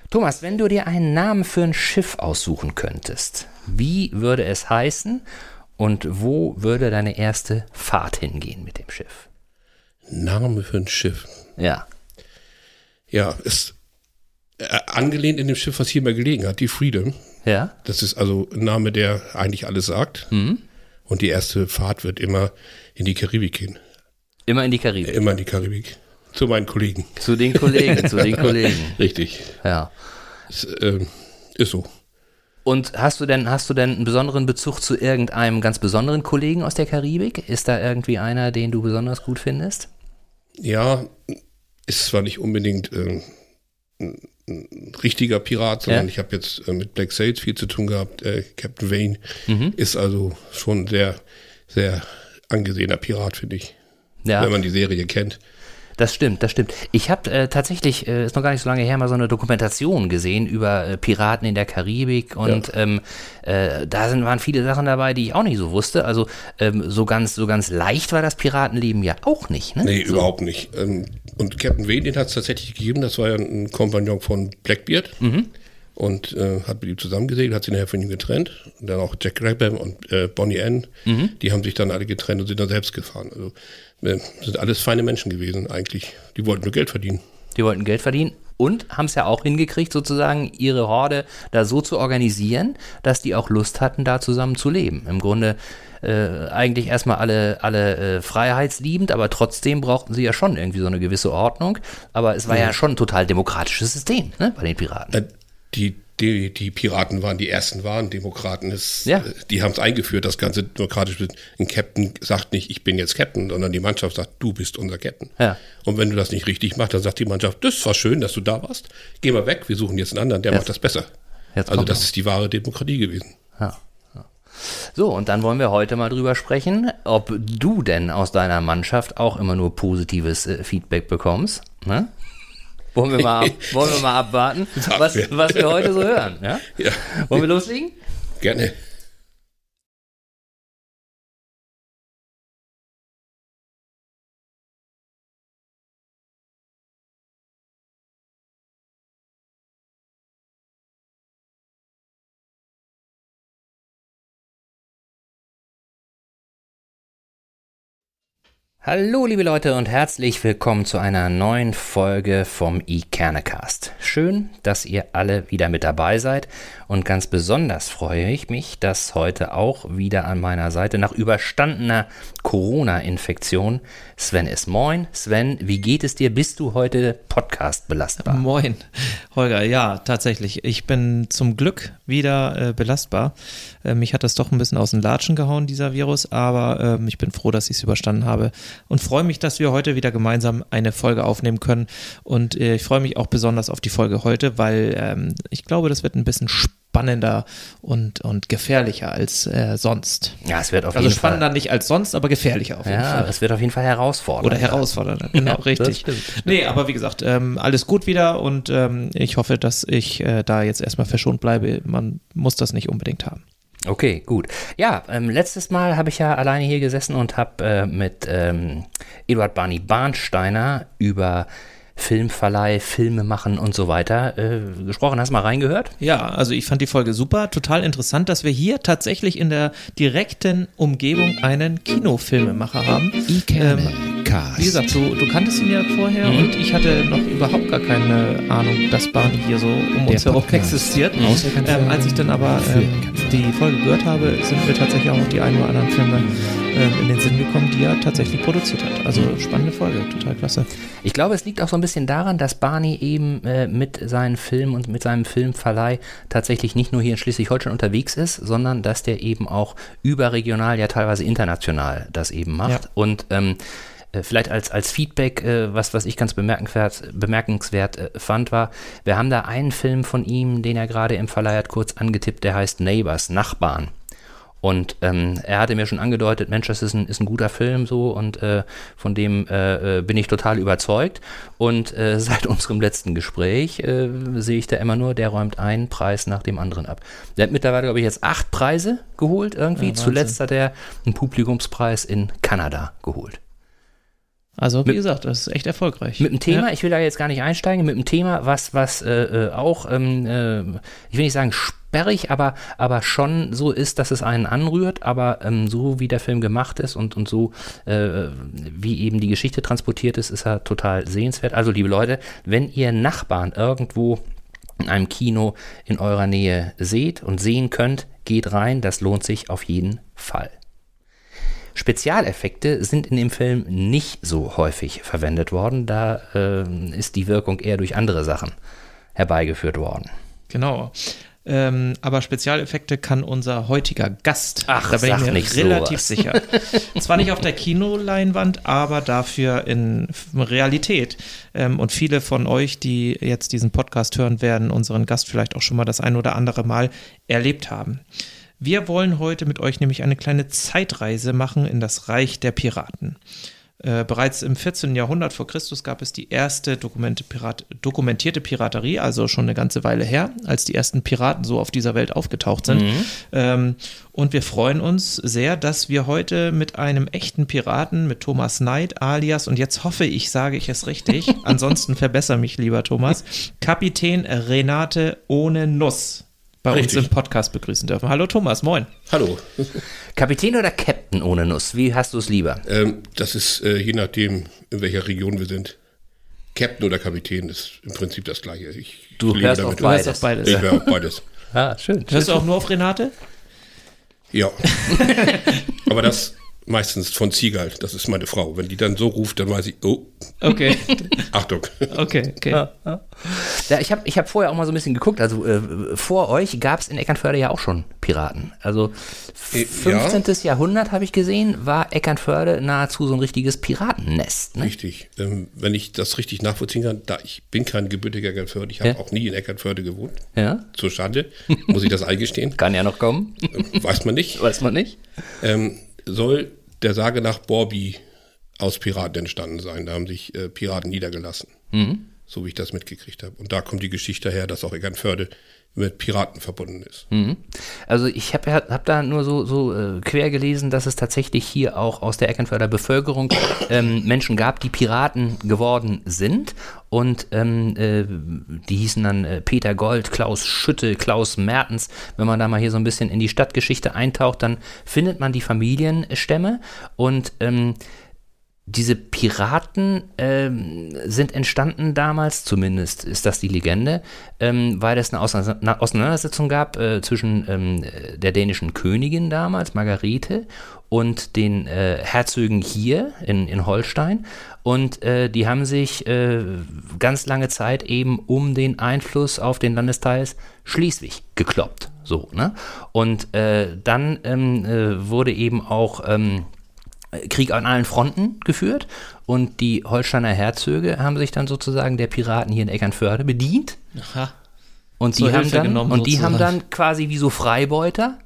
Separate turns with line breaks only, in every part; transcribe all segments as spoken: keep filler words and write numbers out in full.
Thomas, wenn du dir einen Namen für ein Schiff aussuchen könntest, wie würde es heißen und wo würde deine erste Fahrt hingehen mit dem Schiff?
Name für ein Schiff?
Ja.
Ja, ist äh, angelehnt in dem Schiff, was hier mal gelegen hat, die Freedom.
Ja.
Das ist also ein Name, der eigentlich alles sagt.
Mhm.
Und die erste Fahrt wird immer in die Karibik gehen.
Immer in die Karibik?
Immer in die Karibik. Zu meinen Kollegen.
Zu den Kollegen, zu den Kollegen.
Richtig.
Ja.
Ist, äh, ist so.
Und hast du denn, hast du denn einen besonderen Bezug zu irgendeinem ganz besonderen Kollegen aus der Karibik? Ist da irgendwie einer, den du besonders gut findest?
Ja, ist zwar nicht unbedingt äh, ein, ein richtiger Pirat, sondern ja. ich habe jetzt äh, mit Black Sails viel zu tun gehabt. Äh, Captain Vane mhm. ist also schon sehr, sehr angesehener Pirat, finde ich. Ja. Wenn man die Serie kennt.
Das stimmt, das stimmt. Ich habe äh, tatsächlich, äh, ist noch gar nicht so lange her, mal so eine Dokumentation gesehen über äh, Piraten in der Karibik und ja. ähm, äh, da sind, waren viele Sachen dabei, die ich auch nicht so wusste. Also ähm, so ganz so ganz leicht war das Piratenleben ja auch nicht. Ne?
Nee,
so.
Überhaupt nicht. Ähm, und Captain Vane, den hat es tatsächlich gegeben, das war ja ein Kompagnon von Blackbeard mhm. und äh, hat mit ihm zusammengesegelt, hat sich nachher von ihm getrennt. Und dann auch Jack Rackham und äh, Bonnie Ann, mhm. die haben sich dann alle getrennt und sind dann selbst gefahren. Also sind alles feine Menschen gewesen eigentlich. Die wollten nur Geld verdienen.
Die wollten Geld verdienen und haben es ja auch hingekriegt, sozusagen ihre Horde da so zu organisieren, dass die auch Lust hatten, da zusammen zu leben. Im Grunde äh, eigentlich erstmal alle, alle äh, freiheitsliebend, aber trotzdem brauchten sie ja schon irgendwie so eine gewisse Ordnung. Aber es war ja, ja schon ein total demokratisches System, ne, bei den Piraten.
Äh, die Die, die Piraten waren die ersten wahren Demokraten. Es,
ja.
Die haben es eingeführt, das ganze demokratisch. Ein Captain sagt nicht, ich bin jetzt Captain, sondern die Mannschaft sagt, du bist unser Captain.
Ja.
Und wenn du das nicht richtig machst, dann sagt die Mannschaft, das war schön, dass du da warst. Geh mal weg, wir suchen jetzt einen anderen, der jetzt, macht das besser. Also das ist die wahre Demokratie gewesen.
Ja. Ja. So, und dann wollen wir heute mal drüber sprechen, ob du denn aus deiner Mannschaft auch immer nur positives äh, Feedback bekommst. Ne? Wollen wir mal, ab, wollen wir mal abwarten, was, was wir heute so hören. Ja?
Ja.
Wollen wir loslegen?
Gerne.
Hallo liebe Leute und herzlich willkommen zu einer neuen Folge vom iKernecast. Schön, dass ihr alle wieder mit dabei seid und ganz besonders freue ich mich, dass heute auch wieder an meiner Seite nach überstandener Corona-Infektion Sven ist. Moin Sven, wie geht es dir? Bist du heute Podcast belastbar?
Moin Holger, ja tatsächlich. Ich bin zum Glück wieder äh, belastbar. Äh, mich hat das doch ein bisschen aus den Latschen gehauen, dieser Virus, aber äh, ich bin froh, dass ich es überstanden habe. Und freue mich, dass wir heute wieder gemeinsam eine Folge aufnehmen können. Und äh, ich freue mich auch besonders auf die Folge heute, weil ähm, ich glaube, das wird ein bisschen spannender und, und gefährlicher als äh, sonst.
Ja, es wird auf
also
jeden Fall.
Also spannender nicht als sonst, aber gefährlicher auf jeden
ja,
Fall.
Ja, es wird auf jeden Fall herausfordernder.
Oder herausfordernder, genau, ja, richtig. Nee, aber wie gesagt, ähm, alles gut wieder und ähm, ich hoffe, dass ich äh, da jetzt erstmal verschont bleibe. Man muss das nicht unbedingt haben.
Okay, gut. Ja, ähm, letztes Mal habe ich ja alleine hier gesessen und habe äh, mit ähm, Eduard Barney Bahnsteiner über Filmverleih, Filme machen und so weiter äh, gesprochen. Hast du mal reingehört?
Ja, also ich fand die Folge super, total interessant, dass wir hier tatsächlich in der direkten Umgebung einen Kinofilmemacher haben.
iKernecast.
Wie gesagt, du, du kanntest ihn ja vorher mhm. und ich hatte noch überhaupt gar keine Ahnung, dass Barney hier so um der uns herum existiert. Mhm. Ähm, als ich dann aber ähm, die Folge gehört habe, sind mir tatsächlich auch die ein oder anderen Filme ähm, in den Sinn gekommen, die er tatsächlich produziert hat. Also spannende Folge, total klasse.
Ich glaube, es liegt auch so ein bisschen daran, dass Barney eben äh, mit seinen Filmen und mit seinem Filmverleih tatsächlich nicht nur hier in Schleswig-Holstein unterwegs ist, sondern dass der eben auch überregional, ja teilweise international das eben macht. Ja. Und ähm, äh, vielleicht als, als Feedback, äh, was, was ich ganz bemerkenswert, bemerkenswert äh, fand, war, wir haben da einen Film von ihm, den er gerade im Verleih hat kurz angetippt, der heißt Neighbors, Nachbarn. Und ähm, er hatte mir schon angedeutet, Mensch, das ist ein, ist ein guter Film so und äh, von dem äh, bin ich total überzeugt. Und äh, seit unserem letzten Gespräch äh, sehe ich da immer nur, der räumt einen Preis nach dem anderen ab. Der hat mittlerweile, glaube ich, jetzt acht Preise geholt irgendwie. Ja, zuletzt hat er einen Publikumspreis in Kanada geholt.
Also wie
mit,
gesagt, das ist echt erfolgreich.
Mit dem Thema,
ja.
ich will da jetzt gar nicht einsteigen, mit dem Thema, was, was äh, auch, ähm, äh, ich will nicht sagen sperrig, aber, aber schon so ist, dass es einen anrührt, aber ähm, so wie der Film gemacht ist und, und so äh, wie eben die Geschichte transportiert ist, ist er total sehenswert. Also liebe Leute, wenn ihr Nachbarn irgendwo in einem Kino in eurer Nähe seht und sehen könnt, geht rein, das lohnt sich auf jeden Fall. Spezialeffekte sind in dem Film nicht so häufig verwendet worden, da äh, ist die Wirkung eher durch andere Sachen herbeigeführt worden.
Genau. Ähm, aber Spezialeffekte kann unser heutiger Gast.
Ach,
da bin ich mir
nicht
relativ
sowas.
sicher. Zwar nicht auf der Kinoleinwand, aber dafür in Realität. Ähm, und viele von euch, die jetzt diesen Podcast hören, werden unseren Gast vielleicht auch schon mal das ein oder andere Mal erlebt haben. Wir wollen heute mit euch nämlich eine kleine Zeitreise machen in das Reich der Piraten. Äh, bereits im vierzehnten Jahrhundert vor Christus gab es die erste Pirat- dokumentierte Piraterie, also schon eine ganze Weile her, als die ersten Piraten so auf dieser Welt aufgetaucht sind. Mhm. Ähm, und wir freuen uns sehr, dass wir heute mit einem echten Piraten, mit Thomas Knight alias, und jetzt hoffe ich, sage ich es richtig, ansonsten verbessere mich lieber Thomas, Kapitän Renate ohne Nuss bei
Richtig.
uns im Podcast begrüßen dürfen. Hallo Thomas, moin.
Hallo.
Kapitän oder Captain ohne Nuss? Wie hast du es lieber?
Ähm, das ist äh, je nachdem, in welcher Region wir sind. Captain oder Kapitän ist im Prinzip das Gleiche. Ich
Du
lebe
hörst
damit.
auf
Du hörst
beides.
auf beides.
Ich höre auf beides.
Ah, schön.
Hörst du auch nur auf Renate?
Ja. Aber das meistens von Seagull, das ist meine Frau. Wenn die dann so ruft, dann weiß ich, oh,
Okay,
Achtung.
okay, okay.
Ja, ja. Ja, ich habe ich hab vorher auch mal so ein bisschen geguckt, also äh, vor euch gab es in Eckernförde ja auch schon Piraten. Also
Äh,
fünfzehnten. Jahrhundert habe ich gesehen, war Eckernförde nahezu so ein richtiges Piratennest. Ne?
Richtig. Ähm, wenn ich das richtig nachvollziehen kann, da ich bin kein gebürtiger Eckernförde, ich habe
Ja.
auch nie in Eckernförde gewohnt.
Ja,
Zur Schande, muss ich das eingestehen.
kann ja noch kommen,
Weiß man nicht.
weiß man nicht.
Ähm, soll der Sage nach Borby aus Piraten entstanden sein. Da haben sich äh, Piraten niedergelassen.
Mhm.
So wie ich das mitgekriegt habe. Und da kommt die Geschichte her, dass auch Eckernförde mit Piraten verbunden ist.
Mhm. Also ich habe hab da nur so, so äh, quer gelesen, dass es tatsächlich hier auch aus der Eckernförder Bevölkerung ähm, Menschen gab, die Piraten geworden sind. Und ähm, äh, die hießen dann äh, Peter Gold, Klaus Schütte, Klaus Mertens. Wenn man da mal hier so ein bisschen in die Stadtgeschichte eintaucht, dann findet man die Familienstämme. Und ähm, diese Piraten ähm, sind entstanden damals, zumindest ist das die Legende, ähm, weil es eine Auseinandersetzung gab äh, zwischen ähm, der dänischen Königin damals, Margarete, und den äh, Herzögen hier in, in Holstein. Und äh, die haben sich äh, ganz lange Zeit eben um den Einfluss auf den Landesteil Schleswig gekloppt. So, ne? Und äh, dann ähm, äh, wurde eben auch ähm, Krieg an allen Fronten geführt und die Holsteiner Herzöge haben sich dann sozusagen der Piraten hier in Eckernförde bedient.
Aha.
Und die,
Zur
haben
Hilfe
dann,
genommen,
und die
sozusagen.
haben dann quasi wie so Freibeuter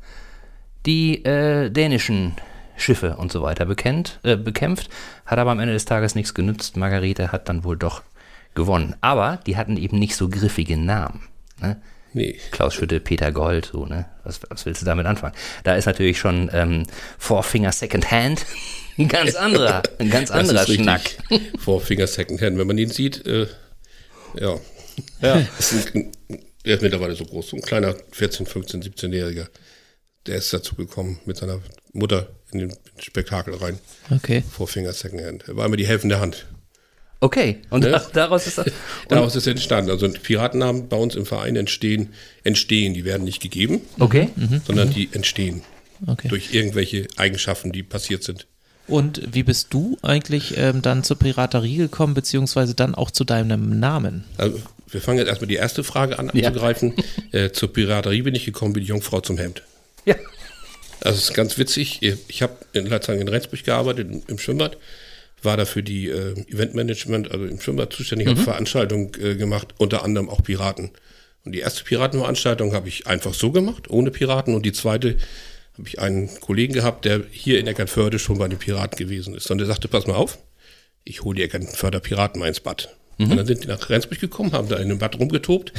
die äh, dänischen Schiffe und so weiter bekennt, äh, bekämpft, hat aber am Ende des Tages nichts genützt. Margarete hat dann wohl doch gewonnen. Aber die hatten eben nicht so griffige Namen. Ne?
Nee.
Klaus Schütte, Peter Gold, so, ne? Was, was willst du damit anfangen? Da ist natürlich schon ähm, Four Finger Second Hand ein ganz anderer, ein ganz
Das
anderer
ist
Schnack.
richtig. Four Finger Second Hand. Wenn man ihn sieht, äh, ja.
Ja.
Das ist ein, der ist mittlerweile so groß. So ein kleiner vierzehn-, fünfzehn-, siebzehnjähriger. Der ist dazu gekommen mit seiner Mutter in den Spektakel rein.
Okay.
Four Finger Second Hand. Er war immer die helfende Hand.
Okay, und
Ne?
da, daraus ist das.
Daraus ist entstanden. Also Piratennamen bei uns im Verein entstehen, entstehen. Die werden nicht gegeben,
Okay.
sondern die entstehen
Okay.
durch irgendwelche Eigenschaften, die passiert sind.
Und wie bist du eigentlich ähm, dann zur Piraterie gekommen, beziehungsweise dann auch zu deinem Namen?
Also wir fangen jetzt erstmal die erste Frage an
Ja.
anzugreifen. Äh, zur Piraterie bin ich gekommen wie die Jungfrau zum Hemd.
Ja.
Also es ist ganz witzig. Ich habe in Leitzang in Rendsburg gearbeitet, im, im Schwimmbad, war da für die äh, Eventmanagement, also im Schwimmbad zuständig, habe Veranstaltungen äh, gemacht, unter anderem auch Piraten. Und die erste Piratenveranstaltung habe ich einfach so gemacht, ohne Piraten. Und die zweite habe ich einen Kollegen gehabt, der hier in Eckernförde schon bei den Piraten gewesen ist. Und der sagte, pass mal auf, ich hole die Eckernförder Piraten mal ins Bad. Mhm. Und dann sind die nach Rendsburg gekommen, haben da in dem Bad rumgetobt.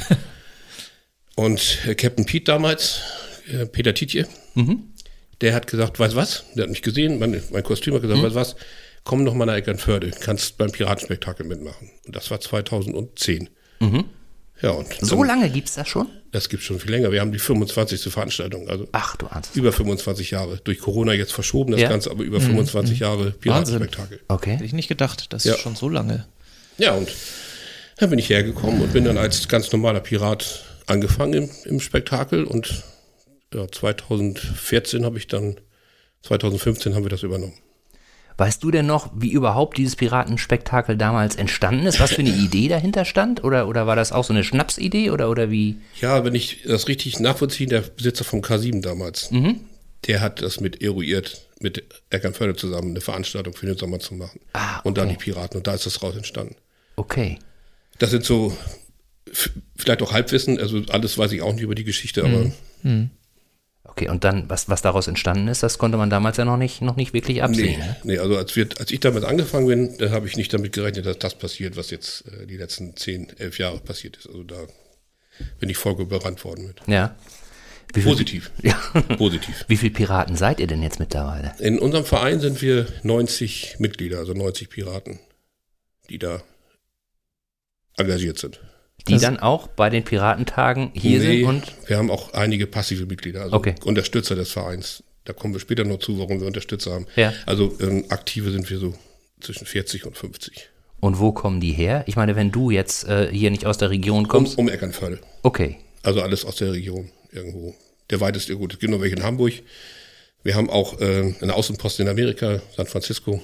Und äh, Captain Pete damals, äh, Peter Tietje,
Mhm.
der hat gesagt, weißt was? Der hat mich gesehen, mein, mein Kostüm hat gesagt,
Mhm.
weißt was? komm noch mal nach Eckernförde, kannst beim Piratenspektakel mitmachen. Und das war zweitausendzehn. Mhm. Ja, und
so dann, lange gibt es das schon?
Das gibt es schon viel länger. Wir haben die fünfundzwanzigste Veranstaltung. Also
Ach, du ahnst.
Über fünfundzwanzig Jahre. Durch Corona jetzt verschoben das ja. Ganze, aber über mhm. fünfundzwanzig Jahre Piratenspektakel.
Okay. Hätte ich nicht gedacht, das ja. ist schon so lange.
Ja, und dann bin ich hergekommen und bin dann als ganz normaler Pirat angefangen im, im Spektakel. Und ja, zweitausendvierzehn habe ich dann, zweitausendfünfzehn haben wir das übernommen.
Weißt du denn noch, wie überhaupt dieses Piratenspektakel damals entstanden ist? Was für eine Idee dahinter stand? Oder, oder war das auch so eine Schnapsidee? Oder, oder wie?
Ja, wenn ich das richtig nachvollziehe, der Besitzer vom K sieben damals, mhm. der hat das mit eruiert, mit Eckernförde zusammen eine Veranstaltung für den Sommer zu machen. Ah, okay. Und dann die Piraten. Und da ist das raus entstanden.
Okay.
Das sind so, f- vielleicht auch Halbwissen, also alles weiß ich auch nicht über die Geschichte, aber...
Mhm. Mhm. Okay, und dann, was, was daraus entstanden ist, das konnte man damals ja noch nicht, noch nicht wirklich absehen.
Nee, nee also als, wir, als ich damit angefangen bin, da habe ich nicht damit gerechnet, dass das passiert, was jetzt äh, die letzten zehn, elf Jahre passiert ist. Also da bin ich voll überrannt worden mit.
Ja.
Wie viel, Positiv.
Ja.
Positiv.
Wie viele Piraten seid ihr denn jetzt mittlerweile?
In unserem Verein sind wir neunzig Mitglieder, also neunzig Piraten, die da engagiert sind.
Die das dann auch bei den Piratentagen hier
nee,
sind? Und
wir haben auch einige passive Mitglieder, also okay. Unterstützer des Vereins. Da kommen wir später noch zu, warum wir Unterstützer haben.
Ja.
Also ähm, aktive sind wir so zwischen vierzig und fünfzig.
Und wo kommen die her? Ich meine, wenn du jetzt äh, hier nicht aus der Region kommst.
Um, um Eckernförde.
Okay.
Also alles aus der Region irgendwo. Der weiteste, gut, es gibt noch welche in Hamburg. Wir haben auch äh, eine Außenpost in Amerika, San Francisco.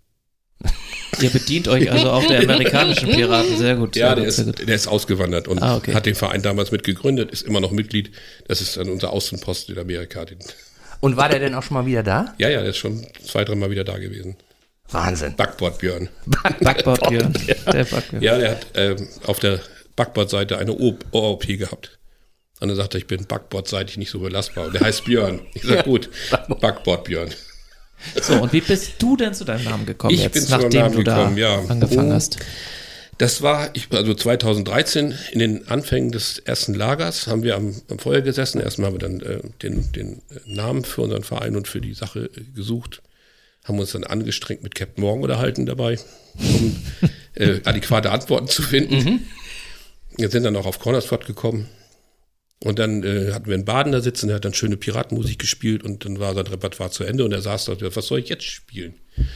Ihr bedient euch also auch der amerikanischen Piraten, sehr gut.
Ja,
sehr
der,
gut,
ist,
sehr gut.
der ist ausgewandert und
ah, okay.
hat den Verein damals mitgegründet, ist immer noch Mitglied. Das ist dann unser Außenposten in Amerika.
Und war der denn auch schon mal wieder da?
Ja, ja, der ist schon zwei, dreimal wieder da gewesen.
Wahnsinn.
Backbord Björn.
Backbord Björn. Der Backbord.
Ja, der hat ähm, auf der Backbordseite eine O O P gehabt. Und dann sagte er, ich bin backbordseitig nicht so belastbar. Und der heißt Björn. Ich sag, gut, Backbord Björn.
So, und wie bist du denn zu deinem Namen gekommen
ich
jetzt,
bin zu
nachdem
Namen
du
gekommen,
da
ja.
angefangen
oh,
hast?
Das war, ich, also zweitausenddreizehn, in den Anfängen des ersten Lagers, haben wir am, am Feuer gesessen. Erstmal haben wir dann äh, den, den Namen für unseren Verein und für die Sache äh, gesucht. Haben uns dann angestrengt mit Captain Morgan unterhalten dabei, um äh, adäquate Antworten zu finden. Mhm. Wir sind dann auch auf Cornerspot gekommen. Und dann äh, hatten wir einen Baden da sitzen, der hat dann schöne Piratenmusik gespielt und dann war sein Repertoire zu Ende und er saß da und sagte, was soll ich jetzt spielen?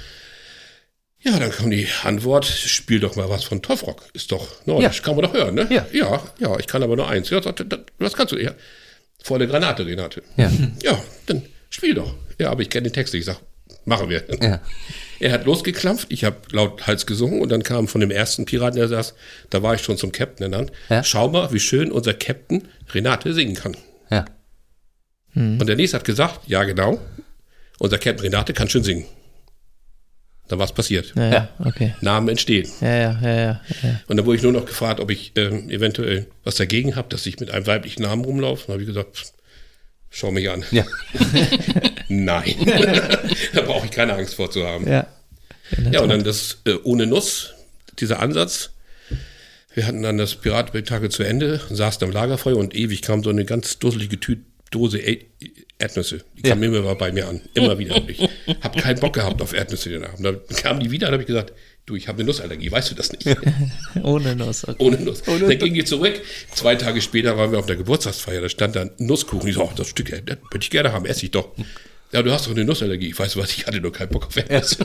Ja, dann kam die Antwort, spiel doch mal was von Toffrock. Ist doch, no, ja. Das kann man doch hören, ne?
Ja.
ja, ja, ich kann aber nur eins. Ja, sagte, was kannst du? Ja, volle Granate, Renate.
Ja.
Ja, dann spiel doch. Ja, aber ich kenne den Text nicht. Ich sag, machen wir.
Ja.
Er hat losgeklampft, ich habe laut Hals gesungen und dann kam von dem ersten Piraten, der saß, da war ich schon zum Captain ernannt. Ja. Schau mal, wie schön unser Captain Renate singen kann.
Ja.
Hm. Und der nächste hat gesagt, ja genau, unser Captain Renate kann schön singen. Dann war es passiert.
Ja, ja, okay.
Namen entstehen.
Ja, ja, ja, ja, ja.
Und dann wurde ich nur noch gefragt, ob ich ähm, eventuell was dagegen habe, dass ich mit einem weiblichen Namen rumlaufe. Dann habe ich gesagt, pff, schau mich an.
Ja.
Nein. Da brauche ich keine Angst vor zu haben.
Ja,
ja und dann das äh, ohne Nuss, dieser Ansatz. Wir hatten dann das Piratenspektakel zu Ende, saßen am Lagerfeuer und ewig kam so eine ganz dusselige Tü- Dose e- Erdnüsse. Die kam ja. immer bei mir an. Immer wieder. Und ich habe keinen Bock gehabt auf Erdnüsse den Abend. Dann kamen die wieder und habe ich gesagt, du, ich habe eine Nussallergie, weißt du das nicht?
Ohne Nuss. Okay.
Ohne Nuss. Ohne dann ging die zurück. Zwei Tage später waren wir auf der Geburtstagsfeier, da stand da ein Nusskuchen. Ich so, oh, das Stück, das würde ich gerne haben, esse ich doch. Ja, du hast doch eine Nussallergie. Ich weiß was, ich hatte nur keinen Bock auf Erdnüsse.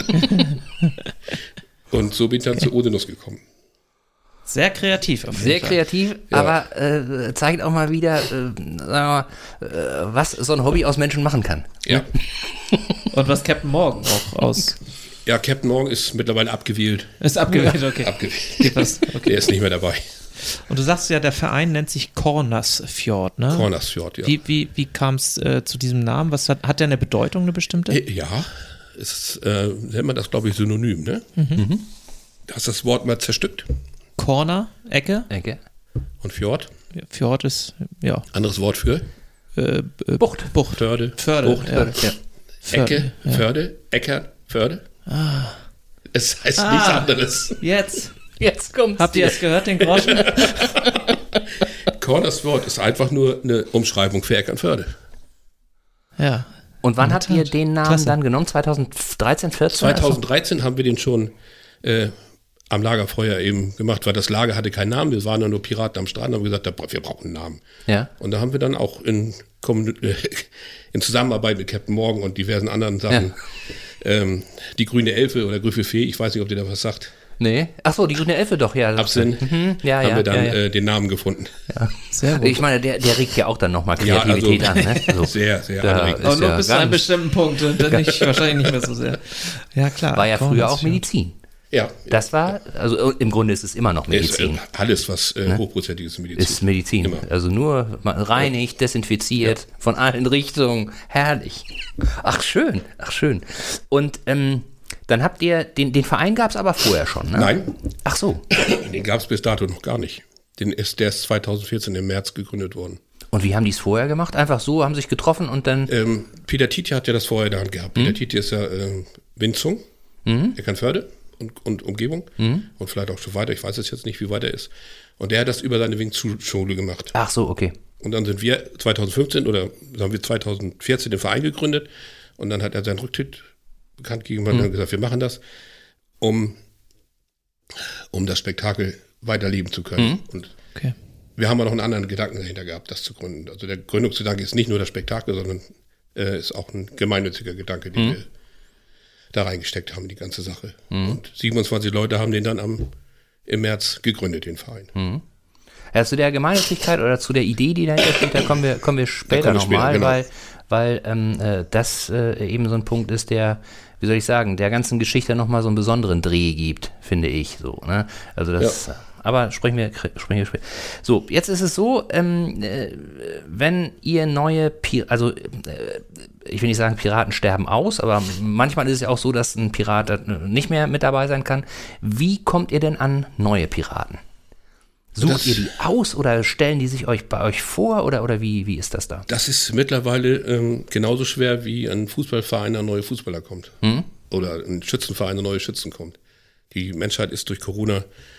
Und so bin ich dann zu ohne Nuss gekommen.
Sehr kreativ. Auf jeden
Sehr
Fall.
kreativ, ja. Aber äh, zeigt auch mal wieder, äh, sagen wir mal, äh, was so ein Hobby aus Menschen machen kann.
Ja.
Und was Captain Morgan auch aus...
Ja, Captain Morgan ist mittlerweile abgewählt.
Ist abgewählt, okay.
Abgewählt.
Okay.
Der ist nicht mehr dabei.
Und du sagst ja, der Verein nennt sich Cornersfjord, ne?
Cornersfjord, ja.
Wie, wie, wie kam es äh, zu diesem Namen? Was hat, hat der eine Bedeutung, eine bestimmte?
Ja, ist, äh, nennt man das, glaube ich, synonym, ne? Mhm. Du hast das Wort mal zerstückt.
Corner, Ecke.
Ecke.
Und Fjord?
Ja, Fjord ist, ja.
Anderes Wort für?
Äh, äh,
Bucht.
Bucht.
Förde.
Förde.
Bucht.
Ja. Ja.
Ecke,
ja.
Förde, Eckert, Förde.
Ah.
Es heißt
ah.
nichts anderes.
Jetzt.
Jetzt kommt's.
Habt ihr es gehört, den Groschen?
Cornersfjord ist einfach nur eine Umschreibung für Eckernförde.
Ja.
Und wann habt ihr den Namen Klasse. dann genommen? zweitausenddreizehn, vierzehn?
zweitausenddreizehn also? Haben wir den schon äh, am Lagerfeuer eben gemacht, weil das Lager hatte keinen Namen. Wir waren ja nur Piraten am Strand und haben gesagt, wir brauchen einen Namen.
Ja.
Und da haben wir dann auch in, in Zusammenarbeit mit Captain Morgan und diversen anderen Sachen ja. ähm, die grüne Elfe oder Gryffel-Fee, ich weiß nicht, ob dir da was sagt.
Nee. Achso, die grüne Elfe doch, ja.
Absinn,
mhm. ja,
haben
ja,
wir dann
ja, ja.
Äh, den Namen gefunden.
Ja. Sehr gut. Ich meine, der, der regt ja auch dann nochmal Kreativität
ja, also,
an. Ne? Also,
sehr, sehr anregend.
Und nur bis zu einem bestimmten Punkt und dann nicht, wahrscheinlich nicht mehr so sehr. Ja, klar.
War ja früher auch Medizin.
Ja.
Das war, also im Grunde ist es immer noch Medizin.
Ist, äh, alles, was äh, ne? hochprozentig ist Medizin.
Ist Medizin. Immer. Also nur reinigt, desinfiziert, ja. von allen Richtungen. Herrlich. Ach, schön. Ach, schön. Und, ähm, dann habt ihr, den, den Verein gab es aber vorher schon, ne?
Nein.
Ach so.
Den gab es bis dato noch gar nicht. Den ist, der ist zweitausendvierzehn im März gegründet worden.
Und wie haben die es vorher gemacht? Einfach so, haben sich getroffen und dann...
Ähm, Peter Tietje hat ja das vorher in der Hand gehabt. Mhm. Peter Tietje ist ja äh, Winzung, mhm. Eckernförde und, und Umgebung mhm. und vielleicht auch schon weiter, ich weiß es jetzt nicht, wie weit er ist. Und der hat das über seine Wing-Schule gemacht.
Ach so, okay.
Und dann sind wir zweitausendfünfzehn oder sagen wir zweitausendvierzehn den Verein gegründet und dann hat er seinen Rücktritt bekannt gegeben und mhm. gesagt, wir machen das, um, um das Spektakel weiterleben zu können. Mhm. Und
okay.
wir haben auch noch einen anderen Gedanken dahinter gehabt, das zu gründen. Also der Gründungsgedanke ist nicht nur das Spektakel, sondern äh, ist auch ein gemeinnütziger Gedanke, den mhm. wir da reingesteckt haben in die ganze Sache. Mhm. Und siebenundzwanzig Leute haben den dann am, im März gegründet, den Verein.
Mhm. Ja, zu der Gemeinnützigkeit oder zu der Idee, die dahinter steht, da kommen wir, kommen wir später nochmal, genau. weil, weil ähm, äh, das äh, eben so ein Punkt ist, der, wie soll ich sagen, der ganzen Geschichte nochmal so einen besonderen Dreh gibt, finde ich so. Ne? Also das, ja. aber sprechen wir, sprechen wir später. So, jetzt ist es so, ähm, äh, wenn ihr neue, Pir- also äh, ich will nicht sagen, Piraten sterben aus, aber manchmal ist es ja auch so, dass ein Pirat nicht mehr mit dabei sein kann. Wie kommt ihr denn an neue Piraten? Sucht das, ihr die aus oder stellen die sich euch bei euch vor oder, oder wie, wie ist das da?
Das ist mittlerweile ähm, genauso schwer, wie ein Fußballverein an neue Fußballer kommt. Hm? Oder ein Schützenverein an neue Schützen kommt. Die Menschheit ist durch Corona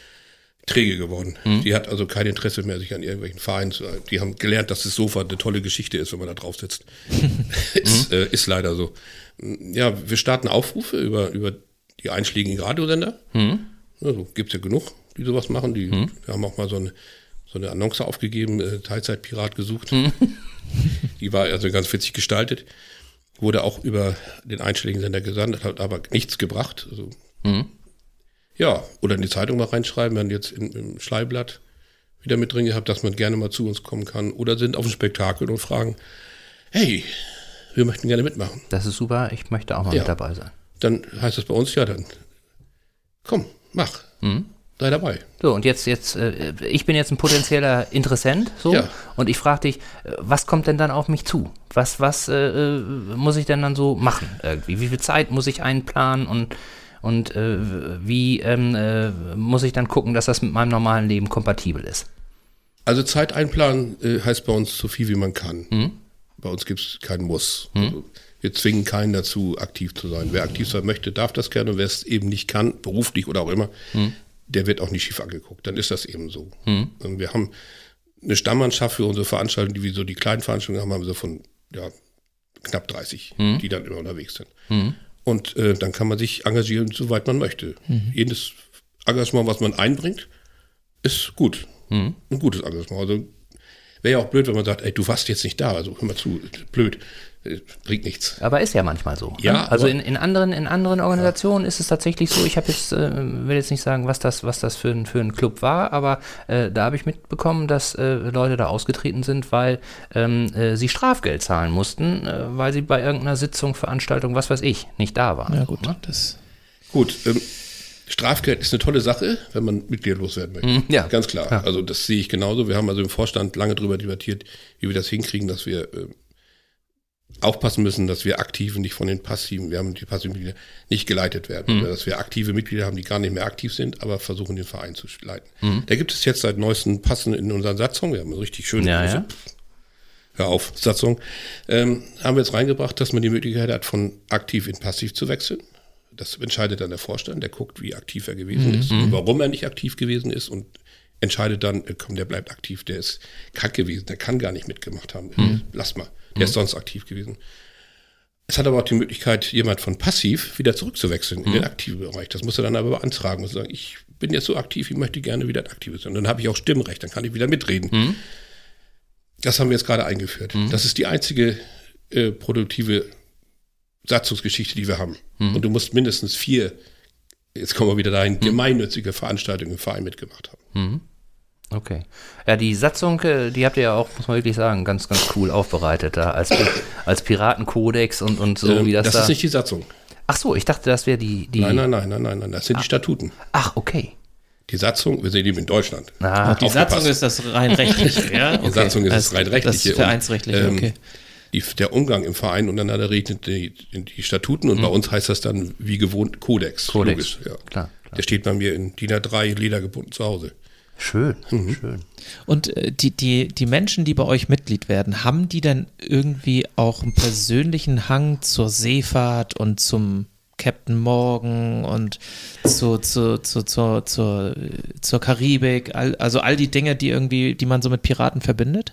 träge geworden. Hm? Die hat also kein Interesse mehr, sich an irgendwelchen Vereinen zu. Die haben gelernt, dass das Sofa eine tolle Geschichte ist, wenn man da drauf sitzt. ist, hm? äh, ist leider so. Ja, wir starten Aufrufe über, über die einschlägigen Radiosender. Hm? Also gibt es ja genug, die sowas machen. Die, hm. die haben auch mal so eine, so eine Annonce aufgegeben, äh, Teilzeitpirat gesucht. Hm. Die war also ganz witzig gestaltet. Wurde auch über den einschlägigen Sender gesandt, hat aber nichts gebracht. Also, hm. Ja, oder in die Zeitung mal reinschreiben, wir haben jetzt in, im Schleiblatt wieder mit drin gehabt, dass man gerne mal zu uns kommen kann. Oder sind auf dem Spektakel und fragen, hey, wir möchten gerne mitmachen.
Das ist super, ich möchte auch mal ja. mit dabei sein.
Dann heißt es bei uns, ja dann, komm, mach. Hm. Sei dabei.
So, und jetzt, jetzt, äh, ich bin jetzt ein potenzieller Interessent, so, ja. und ich frage dich, was kommt denn dann auf mich zu? Was, was äh, muss ich denn dann so machen irgendwie? Wie viel Zeit muss ich einplanen und, und äh, wie ähm, äh, muss ich dann gucken, dass das mit meinem normalen Leben kompatibel ist?
Also Zeit einplanen äh, heißt bei uns so viel, wie man kann. Hm? Bei uns gibt es keinen Muss. Hm? Also, wir zwingen keinen dazu, aktiv zu sein. Wer aktiv sein möchte, darf das gerne. Und wer es eben nicht kann, beruflich oder auch immer, hm. der wird auch nicht schief angeguckt. Dann ist das eben so. Hm. Und wir haben eine Stammmannschaft für unsere Veranstaltungen, die wir so die kleinen Veranstaltungen haben, haben wir so von ja, knapp dreißig, hm. die dann immer unterwegs sind. Hm. Und äh, dann kann man sich engagieren, soweit man möchte. Hm. Jedes Engagement, was man einbringt, ist gut. Hm. Ein gutes Engagement. Also wäre ja auch blöd, wenn man sagt, ey, du warst jetzt nicht da, also hör mal zu, blöd. Bringt nichts.
Aber ist ja manchmal so.
Ja,
ne? Also in, in anderen in anderen Organisationen ja. ist es tatsächlich so, ich habe jetzt, äh, will jetzt nicht sagen, was das, was das für ein, für ein Club war, aber äh, da habe ich mitbekommen, dass äh, Leute da ausgetreten sind, weil ähm, äh, sie Strafgeld zahlen mussten, äh, weil sie bei irgendeiner Sitzung, Veranstaltung, was weiß ich, nicht da waren.
Ja gut,
ne?
das
gut. Ähm, Strafgeld ist eine tolle Sache, wenn man Mitglieder loswerden möchte.
Ja.
Ganz klar. Ja. Also das sehe ich genauso. Wir haben also im Vorstand lange darüber debattiert, wie wir das hinkriegen, dass wir äh, aufpassen müssen, dass wir Aktiven nicht von den Passiven, wir haben die passiven Mitglieder, nicht geleitet werden. Mhm. Oder dass wir aktive Mitglieder haben, die gar nicht mehr aktiv sind, aber versuchen, den Verein zu leiten. Mhm. Da gibt es jetzt seit neuestem Passen in unseren Satzungen, wir haben eine richtig schöne
ja,
große,
ja.
hör auf, Satzung, ähm, haben wir jetzt reingebracht, dass man die Möglichkeit hat, von aktiv in passiv zu wechseln. Das entscheidet dann der Vorstand, der guckt, wie aktiv er gewesen mhm. ist und warum er nicht aktiv gewesen ist und entscheidet dann, komm, der bleibt aktiv, der ist krank gewesen, der kann gar nicht mitgemacht haben. Mhm. Lass mal, der mhm. ist sonst aktiv gewesen. Es hat aber auch die Möglichkeit, jemand von passiv wieder zurückzuwechseln in mhm. den aktiven Bereich. Das muss er dann aber beantragen und sagen, ich bin jetzt so aktiv, ich möchte gerne wieder ein aktives sein. Und dann habe ich auch Stimmrecht, dann kann ich wieder mitreden. Mhm. Das haben wir jetzt gerade eingeführt. Mhm. Das ist die einzige äh, produktive Satzungsgeschichte, die wir haben. Mhm. Und du musst mindestens vier, jetzt kommen wir wieder dahin, mhm. gemeinnützige Veranstaltungen im Verein mitgemacht haben.
Mhm. Okay. Ja, die Satzung, die habt ihr ja auch, muss man wirklich sagen, ganz, ganz cool aufbereitet da, als, als Piratenkodex und, und so,
ähm,
wie das
das
da...
Das ist nicht die Satzung.
Ach so, ich dachte, das wäre die, die...
Nein, nein, nein, nein, nein, nein, das sind
ah.
die Statuten.
Ach, okay.
Die Satzung, wir sehen eben in Deutschland.
Ah, die Satzung ist das rein rechtliche, ja? Okay.
Die Satzung ist das rein rechtliche.
Das vereinsrechtliche,
und,
okay.
Ähm, die, der Umgang im Verein untereinander regnet die, die Statuten und mhm. bei uns heißt das dann wie gewohnt Kodex.
Kodex,
logisch, ja.
klar, klar.
Der steht bei mir in D I N A drei ledergebunden zu Hause.
Schön,
mhm.
schön.
Und äh, die, die, die Menschen, die bei euch Mitglied werden, haben die dann irgendwie auch einen persönlichen Hang zur Seefahrt und zum Captain Morgan und zu, zu, zu, zu, zu, zur Karibik, all, also all die Dinge, die irgendwie, die man so mit Piraten verbindet?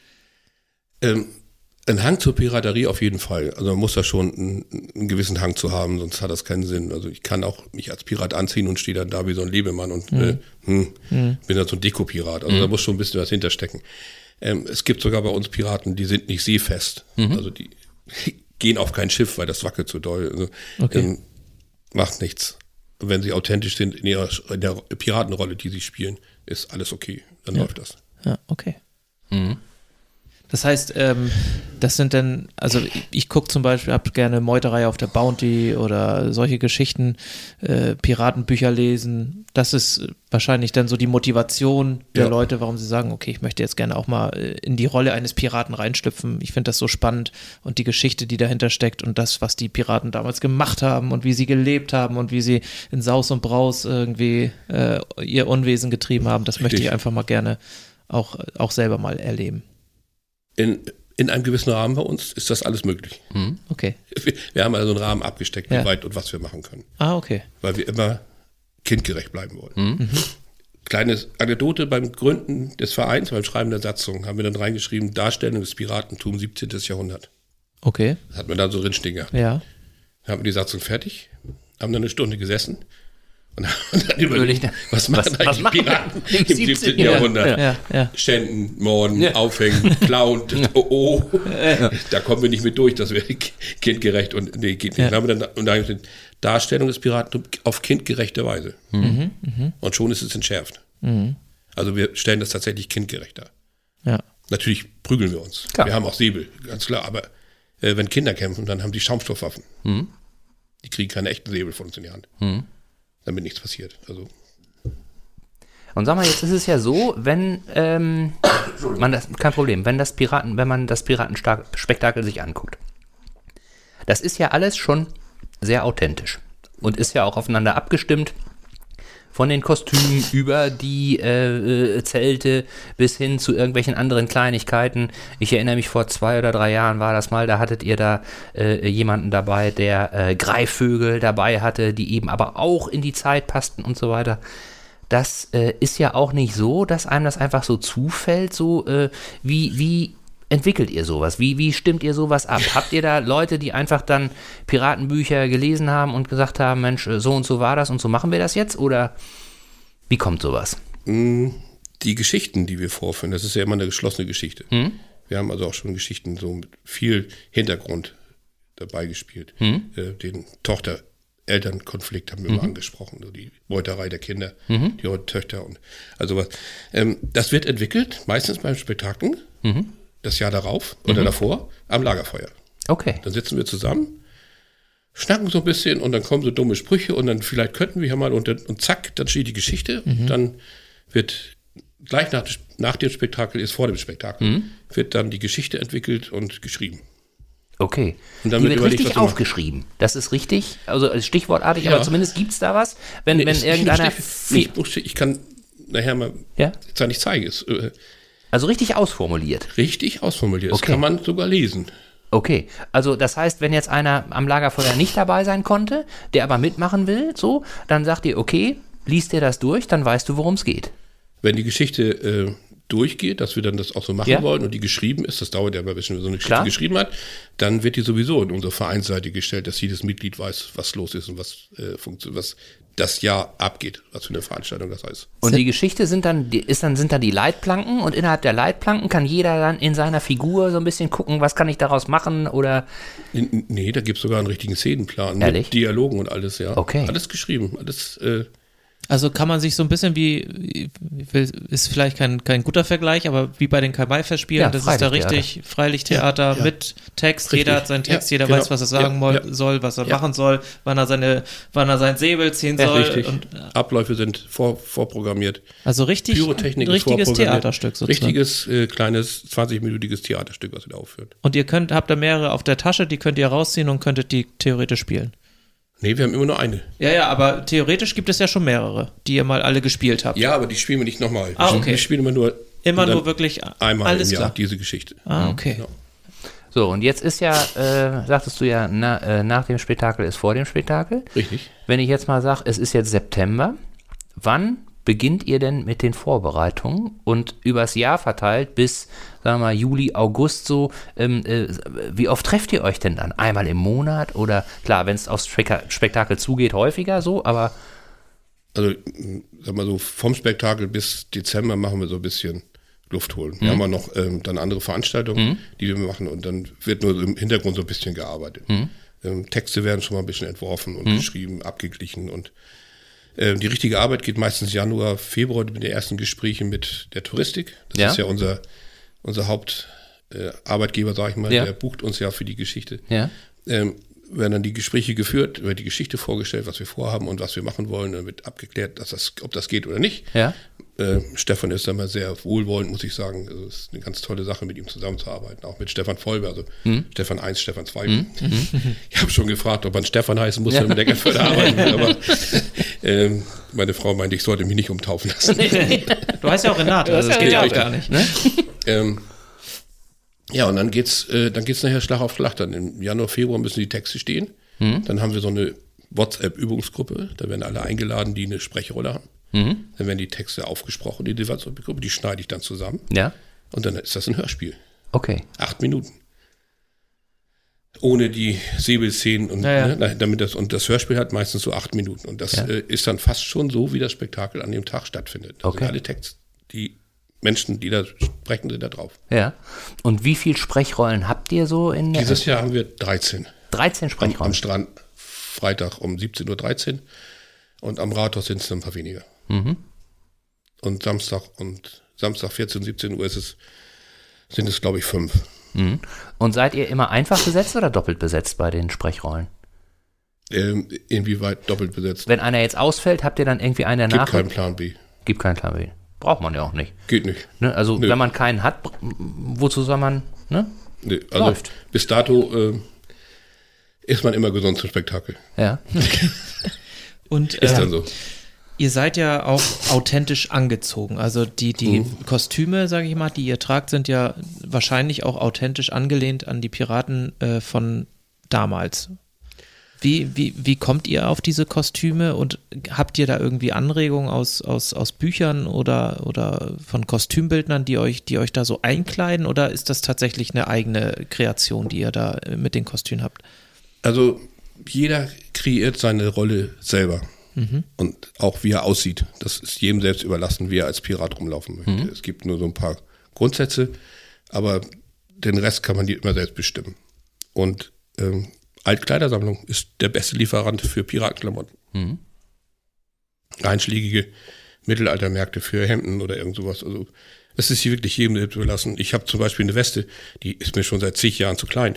Ähm, ein Hang zur Piraterie auf jeden Fall. Also man muss da schon einen, einen gewissen Hang zu haben, sonst hat das keinen Sinn. Also ich kann auch mich als Pirat anziehen und stehe dann da wie so ein Lebemann und mhm. äh, hm, mhm. bin dann so ein Dekopirat. Also mhm. da muss schon ein bisschen was hinterstecken. Ähm, es gibt sogar bei uns Piraten, die sind nicht seefest. Mhm. Also die gehen auf kein Schiff, weil das wackelt zu doll. Also,
okay.
ähm, macht nichts. Wenn sie authentisch sind in, ihrer, in der Piratenrolle, die sie spielen, ist alles okay. Dann
ja.
läuft das.
Ja, okay.
Mhm.
Das heißt, ähm, das sind dann, also ich, ich gucke zum Beispiel, habe gerne Meuterei auf der Bounty oder solche Geschichten, äh, Piratenbücher lesen. Das ist wahrscheinlich dann so die Motivation der
ja.
Leute, warum sie sagen, okay, ich möchte jetzt gerne auch mal in die Rolle eines Piraten reinschlüpfen. Ich finde das so spannend und die Geschichte, die dahinter steckt und das, was die Piraten damals gemacht haben und wie sie gelebt haben und wie sie in Saus und Braus irgendwie äh, ihr Unwesen getrieben haben, das Richtig. möchte ich einfach mal gerne auch, auch selber mal erleben.
In, in einem gewissen Rahmen bei uns ist das alles möglich.
Mhm. Okay.
Wir, wir haben also einen Rahmen abgesteckt, wie
ja.
weit und was wir machen können.
Ah, okay.
Weil wir immer kindgerecht bleiben wollen.
Mhm.
Kleine Anekdote beim Gründen des Vereins, beim Schreiben der Satzung, haben wir dann reingeschrieben, Darstellung des Piratentums siebzehnten. Jahrhundert.
Okay.
Das hat man dann so drinstehen gehabt.
Ja.
Dann haben wir die Satzung fertig, haben dann eine Stunde gesessen und dann überlegt, was machen was, eigentlich was Piraten im siebzehnten. Jahrhundert?
Ja, ja.
Schänden, Morden, ja. Aufhängen, klauen, oh, oh. Ja. Da kommen wir nicht mit durch, das wäre kindgerecht und nee, geht nicht. Ja. Dann haben wir dann, und dann haben wir gesagt, Darstellung des Piratentums auf kindgerechte Weise.
Mhm, mh.
Und schon ist es entschärft.
Mhm.
Also wir stellen das tatsächlich kindgerecht dar.
Ja.
Natürlich prügeln wir uns.
Klar.
Wir haben auch Säbel, ganz klar. Aber äh, wenn Kinder kämpfen, dann haben die Schaumstoffwaffen.
Mhm.
Die kriegen keine echten Säbel von uns in die Hand.
Mhm.
Damit nichts passiert. Also.
Und sag mal, jetzt ist es ja so, wenn ähm, man das, kein Problem, wenn das Piraten, wenn man das Piratenspektakel sich anguckt, das ist ja alles schon sehr authentisch und ist ja auch aufeinander abgestimmt. Von den Kostümen über die äh, Zelte bis hin zu irgendwelchen anderen Kleinigkeiten. Ich erinnere mich, vor zwei oder drei Jahren war das mal, da hattet ihr da äh, jemanden dabei, der äh, Greifvögel dabei hatte, die eben aber auch in die Zeit passten und so weiter. Das äh, ist ja auch nicht so, dass einem das einfach so zufällt, so äh, wie, wie entwickelt ihr sowas? Wie, wie stimmt ihr sowas ab? Habt ihr da Leute, die einfach dann Piratenbücher gelesen haben und gesagt haben, Mensch, so und so war das und so machen wir das jetzt? Oder wie kommt sowas?
Die Geschichten, die wir vorführen, das ist ja immer eine geschlossene Geschichte. Hm? Wir haben also auch schon Geschichten so mit viel Hintergrund dabei gespielt. Hm? Äh, den Tochter-Eltern-Konflikt haben wir mhm. mal angesprochen, so die Meuterei der Kinder, mhm. die Töchter und also was. Ähm, das wird entwickelt, meistens beim Spektakel. Mhm. Das Jahr darauf oder mhm. davor am Lagerfeuer.
Okay.
Dann sitzen wir zusammen, schnacken so ein bisschen und dann kommen so dumme Sprüche und dann vielleicht könnten wir ja mal und, und zack, dann steht die Geschichte. Mhm. Dann wird gleich nach, nach dem Spektakel, ist vor dem Spektakel, mhm. wird dann die Geschichte entwickelt und geschrieben.
Okay.
Und dann
die
wird,
wird
richtig
aufgeschrieben. Das ist richtig, also stichwortartig, ja. aber zumindest gibt es da was. Wenn, nee, wenn irgendeiner...
Nicht, nicht, ich kann nachher mal
ja?
jetzt nicht zeigen. Ist, äh,
Also richtig ausformuliert.
Richtig ausformuliert.
Okay.
Das kann man sogar lesen.
Okay, also das heißt, wenn jetzt einer am Lagerfeuer nicht dabei sein konnte, der aber mitmachen will, so, dann sagt ihr, okay, liest dir das durch, dann weißt du, worum es geht.
Wenn die Geschichte äh, durchgeht, dass wir dann das auch so machen
Ja.
wollen und die geschrieben ist, das dauert ja mal ein bisschen, wenn man so eine Geschichte
Klar.
geschrieben hat, dann wird die sowieso in unsere Vereinsseite gestellt, dass jedes Mitglied weiß, was los ist und was äh, funktioniert, was das Jahr abgeht, was für eine Veranstaltung das heißt.
Und die Geschichte sind dann, die, ist dann, sind dann die Leitplanken und innerhalb der Leitplanken kann jeder dann in seiner Figur so ein bisschen gucken, was kann ich daraus machen oder.
N- Nee, da gibt es sogar einen richtigen Szenenplan
Ehrlich?
mit Dialogen und alles, ja.
Okay.
Alles geschrieben, alles äh,
Also kann man sich so ein bisschen wie, ist vielleicht kein, kein guter Vergleich, aber wie bei den Karl-May-Festspielen,
Ja,
das ist da
Freilichttheater.
richtig Freilichttheater
Ja, ja.
mit Text,
Richtig.
jeder hat seinen Text,
Ja,
jeder
genau.
weiß, was er sagen
Ja,
moll-
ja.
soll, was er
Ja.
machen soll, wann er seine, wann er sein Säbel ziehen
Ja,
soll.
richtig.
Und,
Abläufe sind vor, vorprogrammiert.
also richtig,
Pyrotechnik ist
richtiges
vorprogrammiert.
Theaterstück sozusagen.
Richtiges, äh, kleines, zwanzig-minütiges Theaterstück, was ihr da aufführt.
Und ihr könnt, habt da mehrere auf der Tasche, die könnt ihr rausziehen und könntet die theoretisch spielen.
Nee, wir haben immer nur eine.
Ja, ja, aber theoretisch gibt es ja schon mehrere, die ihr mal alle gespielt habt.
Ja, aber die spielen wir nicht nochmal.
Ah, okay.
Wir spielen immer nur
Immer
und dann
nur wirklich
einmal
alles
im Jahr
klar.
diese Geschichte.
Ah, okay.
Ja.
So, und jetzt ist ja, äh, sagtest du ja, na, äh, nach dem Spektakel ist vor dem Spektakel.
Richtig.
Wenn ich jetzt mal sage, es ist jetzt September, wann beginnt ihr denn mit den Vorbereitungen und übers Jahr verteilt bis, sagen wir mal, Juli, August so, ähm, äh, wie oft trefft ihr euch denn dann? Einmal im Monat oder, klar, wenn es aufs Spek- Spektakel zugeht, häufiger so, aber
Also, mh, sag mal so, vom Spektakel bis Dezember machen wir so ein bisschen Luft holen. Wir haben ja noch ähm, dann andere Veranstaltungen, die wir machen und dann wird nur so im Hintergrund so ein bisschen gearbeitet. Ähm, Texte werden schon mal ein bisschen entworfen und geschrieben, abgeglichen und ähm, die richtige Arbeit geht meistens Januar, Februar mit den ersten Gesprächen mit der Touristik. Das
Ja.
ist ja unser, unser Hauptarbeitgeber, sag ich mal,
Ja.
der bucht uns ja für die Geschichte.
ja.
Ähm, werden dann die Gespräche geführt, wird die Geschichte vorgestellt, was wir vorhaben und was wir machen wollen. Dann wird abgeklärt, dass das, ob das geht oder nicht.
Ja.
Äh, Stefan ist da mal sehr wohlwollend, muss ich sagen. Also es ist eine ganz tolle Sache, mit ihm zusammenzuarbeiten. Auch mit Stefan Vollber, also
Mhm.
Stefan eins, Stefan zwei. Ich habe schon gefragt, ob man Stefan heißen muss, wenn man Neckarförde arbeiten will. Aber ähm, meine Frau meinte, ich sollte mich nicht umtaufen lassen.
Du heißt ja auch Renate, also das
ja
geht ja auch
richtig.
gar nicht.
Ne?
ähm, ja, und dann geht's, äh, dann geht's nachher Schlag auf Schlag. Dann im Januar, Februar müssen die Texte stehen.
Mhm.
Dann haben wir so eine WhatsApp-Übungsgruppe. Da werden alle eingeladen, die eine Sprechrolle haben.
Mhm.
Dann werden die Texte aufgesprochen, die WhatsApp-Gruppe, die schneide ich dann zusammen.
Ja.
Und dann ist das ein Hörspiel.
Okay.
Acht Minuten. Ohne die Säbelszenen und,
Ja, ja.
ne, nein, damit das, und das Hörspiel hat meistens so acht Minuten. Und das
Ja.
äh, ist dann fast schon so, wie das Spektakel an dem Tag stattfindet. Also
Okay.
alle Texte, die Menschen, die da sprechen, sind da drauf.
Ja. Und wie viel Sprechrollen habt ihr so in der?
Dieses Jahr haben wir dreizehn.
dreizehn
Am,
Sprechrollen.
am Strand Freitag um siebzehn Uhr dreizehn und am Rathaus sind es ein paar weniger.
Mhm.
Und Samstag und Samstag vierzehn, siebzehn Uhr ist es, sind es, glaube ich, fünf.
Mhm. Und seid ihr immer einfach besetzt oder doppelt besetzt bei den Sprechrollen?
Ähm, inwieweit doppelt besetzt.
Wenn einer jetzt ausfällt, habt ihr dann irgendwie einen
Gibt
danach?
keinen Plan B.
Gibt keinen Plan B. Braucht man ja auch nicht.
Geht nicht.
Ne? Also
Nö.
wenn man keinen hat, br- wozu soll man, ne?
Nee, also
Läuft.
bis dato äh, ist man immer gesund zum Spektakel.
Ja.
Und
Ist
äh,
dann so.
ihr seid ja auch authentisch angezogen. Also die, die
Mhm.
Kostüme, sage ich mal, die ihr tragt, sind ja wahrscheinlich auch authentisch angelehnt an die Piraten äh, von damals. Wie, wie, wie kommt ihr auf diese Kostüme und habt ihr da irgendwie Anregungen aus, aus, aus Büchern oder, oder von Kostümbildnern, die euch, die euch da so einkleiden, oder ist das tatsächlich eine eigene Kreation, die ihr da äh, mit den Kostümen habt?
Also jeder kreiert seine Rolle selber. Und auch wie er aussieht. Das ist jedem selbst überlassen, wie er als Pirat rumlaufen möchte. Es gibt nur so ein paar Grundsätze, aber den Rest kann man dir immer selbst bestimmen. Und ähm, Altkleidersammlung ist der beste Lieferant für Piratenklamotten.
Mhm.
Einschlägige Mittelaltermärkte für Hemden oder irgend sowas. Also es ist hier wirklich jedem selbst überlassen. Ich habe zum Beispiel eine Weste, die ist mir schon seit zig Jahren zu klein.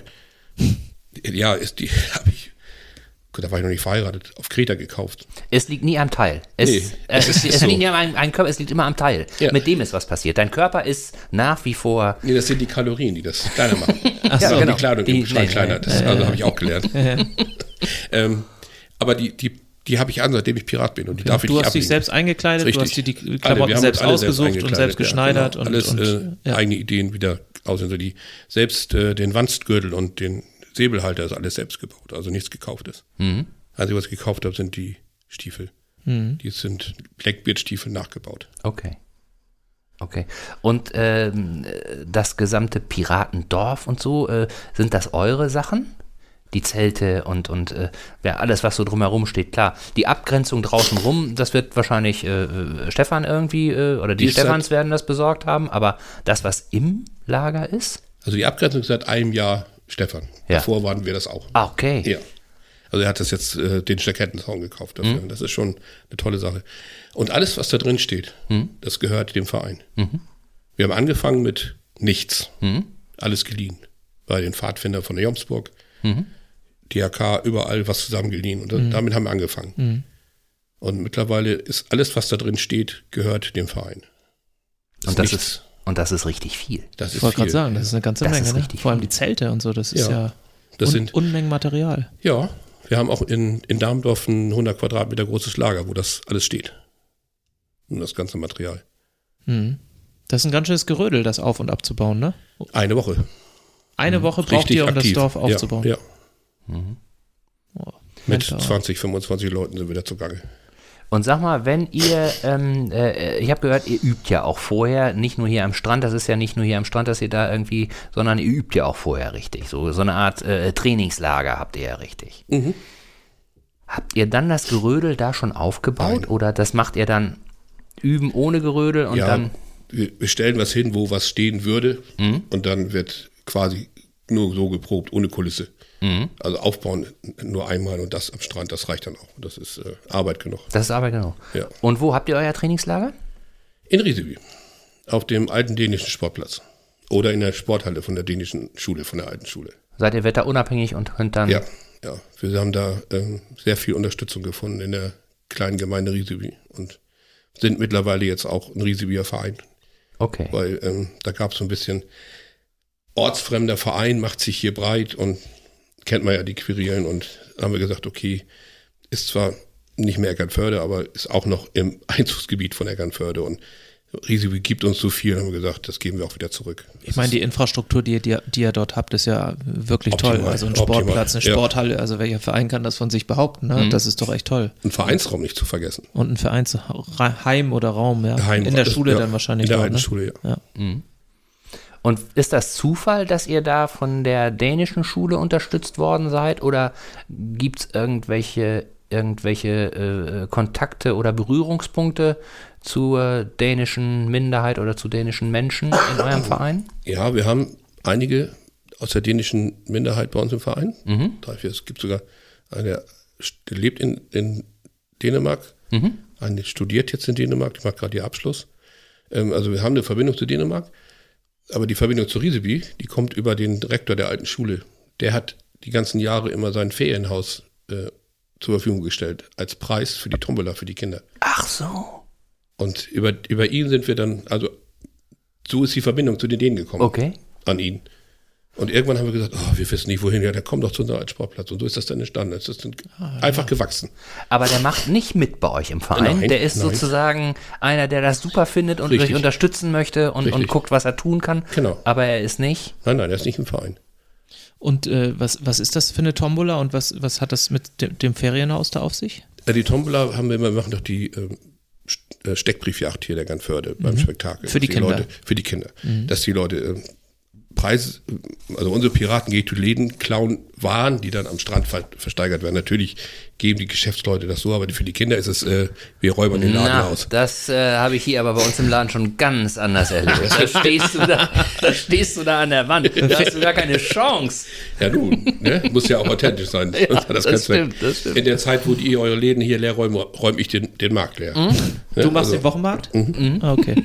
Ja, ist die habe ich, da war ich noch nicht verheiratet, auf Kreta gekauft.
Es liegt nie am Teil. Es,
Nee,
äh,
es
es,
ist
es
so.
liegt nie am ein, ein Körper, es liegt immer am Teil.
Ja.
Mit dem ist was passiert. Dein Körper ist nach wie vor.
Nee, das sind die Kalorien, die das kleiner machen.
Ach
Ja,
so,
genau.
Die Kleidung
Die-
im Schrank
nee,
kleiner.
nee.
Das also habe ich auch gelernt. ähm, aber die, die, die habe ich an, seitdem ich Pirat bin. Und die darf ich
Du
nicht
hast dich
ablegen.
selbst eingekleidet,
Richtig.
du hast dir die
Alle,
Klamotten
wir haben
selbst
uns alle
ausgesucht und
eingekleidet,
selbst geschneidert.
Ja,
und,
genau. Alles
und,
äh,
ja.
eigene Ideen wieder aus. Also die, selbst äh, den Wanstgürtel und den Säbelhalter ist alles selbst gebaut. Also nichts gekauftes.
Mhm.
Also was ich gekauft habe, sind die Stiefel.
Mhm.
Die sind Blackbeard-Stiefel nachgebaut.
Okay. Okay. Und ähm, das gesamte Piratendorf und so, äh, sind das eure Sachen? Die Zelte und, und äh, ja, alles, was so drumherum steht, klar. Die Abgrenzung draußen rum, das wird wahrscheinlich äh, Stefan irgendwie, äh, oder die, die Stefans seit, werden das besorgt haben, aber das, was im Lager ist?
Also die Abgrenzung ist seit einem Jahr Stefan. Ja. Davor waren wir das auch.
Ah, okay.
Ja. Also er hat das jetzt, äh, den Stakettenzaun gekauft dafür. Mhm. Das ist schon eine tolle Sache. Und alles, was da drin steht, mhm. das gehört dem Verein. Mhm. Wir haben angefangen mit nichts. Mhm. Alles geliehen. Bei den Pfadfindern von der Jomsburg. Mhm. D R K, überall was zusammengeliehen. Und mhm. damit haben wir angefangen. Mhm. Und mittlerweile ist alles, was da drin steht, gehört dem Verein.
Das und, das ist, und das ist richtig viel.
Das ist ich wollte gerade sagen, das ist eine ganze das Menge. Ne? Vor allem die Zelte und so, das ist ja, ja
das
un-
sind,
Unmengen Material.
Ja, wir haben auch in, in Darmdorf ein hundert Quadratmeter großes Lager, wo das alles steht. Und das ganze Material.
Mhm. Das ist ein ganz schönes Gerödel, das auf- und abzubauen, ne?
Eine Woche.
Eine Woche braucht Richtig ihr, um aktiv. das Dorf aufzubauen?
Ja. ja. Mhm. Oh, Mit zwanzig, fünfundzwanzig Leuten sind wir da zugange.
Und sag mal, wenn ihr, ähm, äh, ich habe gehört, ihr übt ja auch vorher, nicht nur hier am Strand, das ist ja nicht nur hier am Strand, dass ihr da irgendwie, sondern ihr übt ja auch vorher richtig. So, so eine Art äh, Trainingslager habt ihr ja richtig. Mhm. Habt ihr dann das Gerödel da schon aufgebaut? Nein. Oder das macht ihr dann üben ohne Gerödel und
ja,
dann?
Wir, wir stellen was hin, wo was stehen würde mhm. und dann wird quasi nur so geprobt, ohne Kulisse. Mhm. Also aufbauen nur einmal und das am Strand, das reicht dann auch. Das ist äh, Arbeit genug.
Das ist Arbeit genug.
Ja.
Und wo habt ihr euer Trainingslager?
In Rieseby, auf dem alten dänischen Sportplatz. Oder in der Sporthalle von der dänischen Schule, von der alten Schule.
Seid ihr wetterunabhängig und könnt dann...
Ja, ja. Wir haben da ähm, sehr viel Unterstützung gefunden in der kleinen Gemeinde Rieseby und sind mittlerweile jetzt auch ein Riesebier Verein.
Okay.
Weil ähm, da gab es so ein bisschen ortsfremder Verein, macht sich hier breit und kennt man ja die Querelen und haben wir gesagt, okay, ist zwar nicht mehr Eckernförde, aber ist auch noch im Einzugsgebiet von Eckernförde und Rieseby gibt uns so viel, haben wir gesagt, das geben wir auch wieder zurück. Das
ich meine, die Infrastruktur, die, die, die ihr dort habt, ist ja wirklich optimal, toll. Also ein Sportplatz, eine Sporthalle, ja. Also welcher Verein kann das von sich behaupten? Ne? Mhm. Das ist doch echt toll.
Ein Vereinsraum nicht zu vergessen.
Und ein Vereinsheim oder Raum, ja.
Heim,
in der Schule
ja,
dann wahrscheinlich.
In der
dort,
alten
ne?
Schule, ja.
ja.
Mhm. Und ist das Zufall, dass ihr da von der dänischen Schule unterstützt worden seid? Oder gibt es irgendwelche, irgendwelche äh, Kontakte oder Berührungspunkte zur dänischen Minderheit oder zu dänischen Menschen in eurem Verein?
Ja, wir haben einige aus der dänischen Minderheit bei uns im Verein. Mhm. Drei, vier. Es gibt sogar eine, der lebt in, in Dänemark. Mhm. Eine studiert jetzt in Dänemark, die macht gerade ihr Abschluss. Ähm, also wir haben eine Verbindung zu Dänemark. Aber die Verbindung zu Rieseby, die kommt über den Direktor der alten Schule. Der hat die ganzen Jahre immer sein Ferienhaus äh, zur Verfügung gestellt, als Preis für die Tombola für die Kinder.
Ach so.
Und über, über ihn sind wir dann, also so ist die Verbindung zu den Dänen gekommen.
Okay.
An ihn. Und irgendwann haben wir gesagt, oh, wir wissen nicht wohin, ja, der kommt doch zu unserem alten Sportplatz. Und so ist das dann entstanden. Es ist dann ah, einfach ja. gewachsen.
Aber der macht nicht mit bei euch im Verein. Nein, der ist nein. sozusagen einer, der das super findet und Richtig. euch unterstützen möchte und, und guckt, was er tun kann.
Genau.
Aber er ist nicht.
Nein, nein, er ist nicht im Verein.
Und äh, was, was ist das für eine Tombola und was, was hat das mit dem, dem Ferienhaus da auf sich?
Ja, die Tombola haben wir immer, wir machen doch die ähm, Steckbriefjagd hier der Gernförde mhm. beim Spektakel.
Für die, die
Kinder. Leute, für die Kinder. Mhm. Dass die Leute äh, Preise, also unsere Piraten gehen zu Läden, klauen Waren, die dann am Strand ver- versteigert werden. Natürlich geben die Geschäftsleute das so, aber für die Kinder ist es, äh, wir räubern den Laden
Na,
aus.
Das äh, habe ich hier aber bei uns im Laden schon ganz anders erlebt. Da stehst du da, da stehst du da an der Wand, da hast du gar keine Chance.
Ja du, ne? Muss ja auch authentisch sein.
Ja, das, das, stimmt, das stimmt.
In der Zeit, wo die eure Läden hier leer räumen, räume ich den, den Markt leer.
Mhm. Ne? Du machst also, den Wochenmarkt?
Mhm.
Mhm. Ah, okay.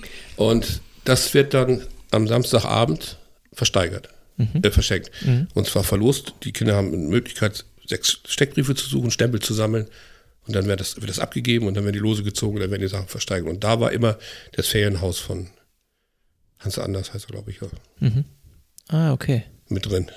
Und das wird dann am Samstagabend versteigert, mhm. äh, verschenkt. Mhm. Und zwar verlost. Die Kinder haben eine Möglichkeit, sechs Steckbriefe zu suchen, Stempel zu sammeln. Und dann wird das, wird das abgegeben und dann werden die Lose gezogen und dann werden die Sachen versteigert. Und da war immer das Ferienhaus von Hans Anders, heißt er, glaube ich. Ja.
Mhm. Ah, okay.
Mit drin.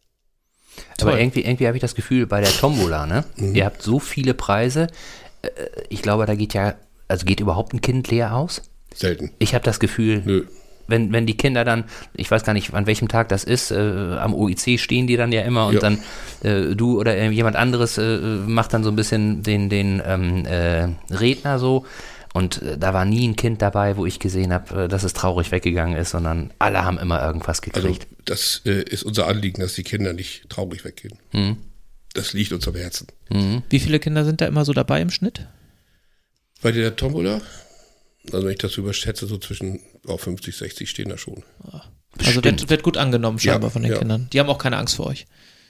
Aber Toll. irgendwie, irgendwie habe ich das Gefühl, bei der Tombola, ne? Mhm. Ihr habt so viele Preise. Ich glaube, da geht ja, also geht überhaupt ein Kind leer aus?
Selten.
Ich habe das Gefühl,
Nö.
Wenn, wenn die Kinder dann, ich weiß gar nicht, an welchem Tag das ist, äh, am O I C stehen die dann ja immer und ja. dann äh, du oder jemand anderes äh, macht dann so ein bisschen den, den ähm, äh, Redner so. Und äh, da war nie ein Kind dabei, wo ich gesehen habe, äh, dass es traurig weggegangen ist, sondern alle haben immer irgendwas gekriegt.
Also das äh, ist unser Anliegen, dass die Kinder nicht traurig weggehen. Mhm. Das liegt uns am Herzen.
Mhm. Wie viele Kinder sind da immer so dabei im Schnitt?
Bei der Tombola, also wenn ich das überschätze, so zwischen oh, fünfzig, sechzig stehen da schon.
Also wird, wird gut angenommen scheinbar
ja,
von den
ja.
Kindern. Die haben auch keine Angst vor euch.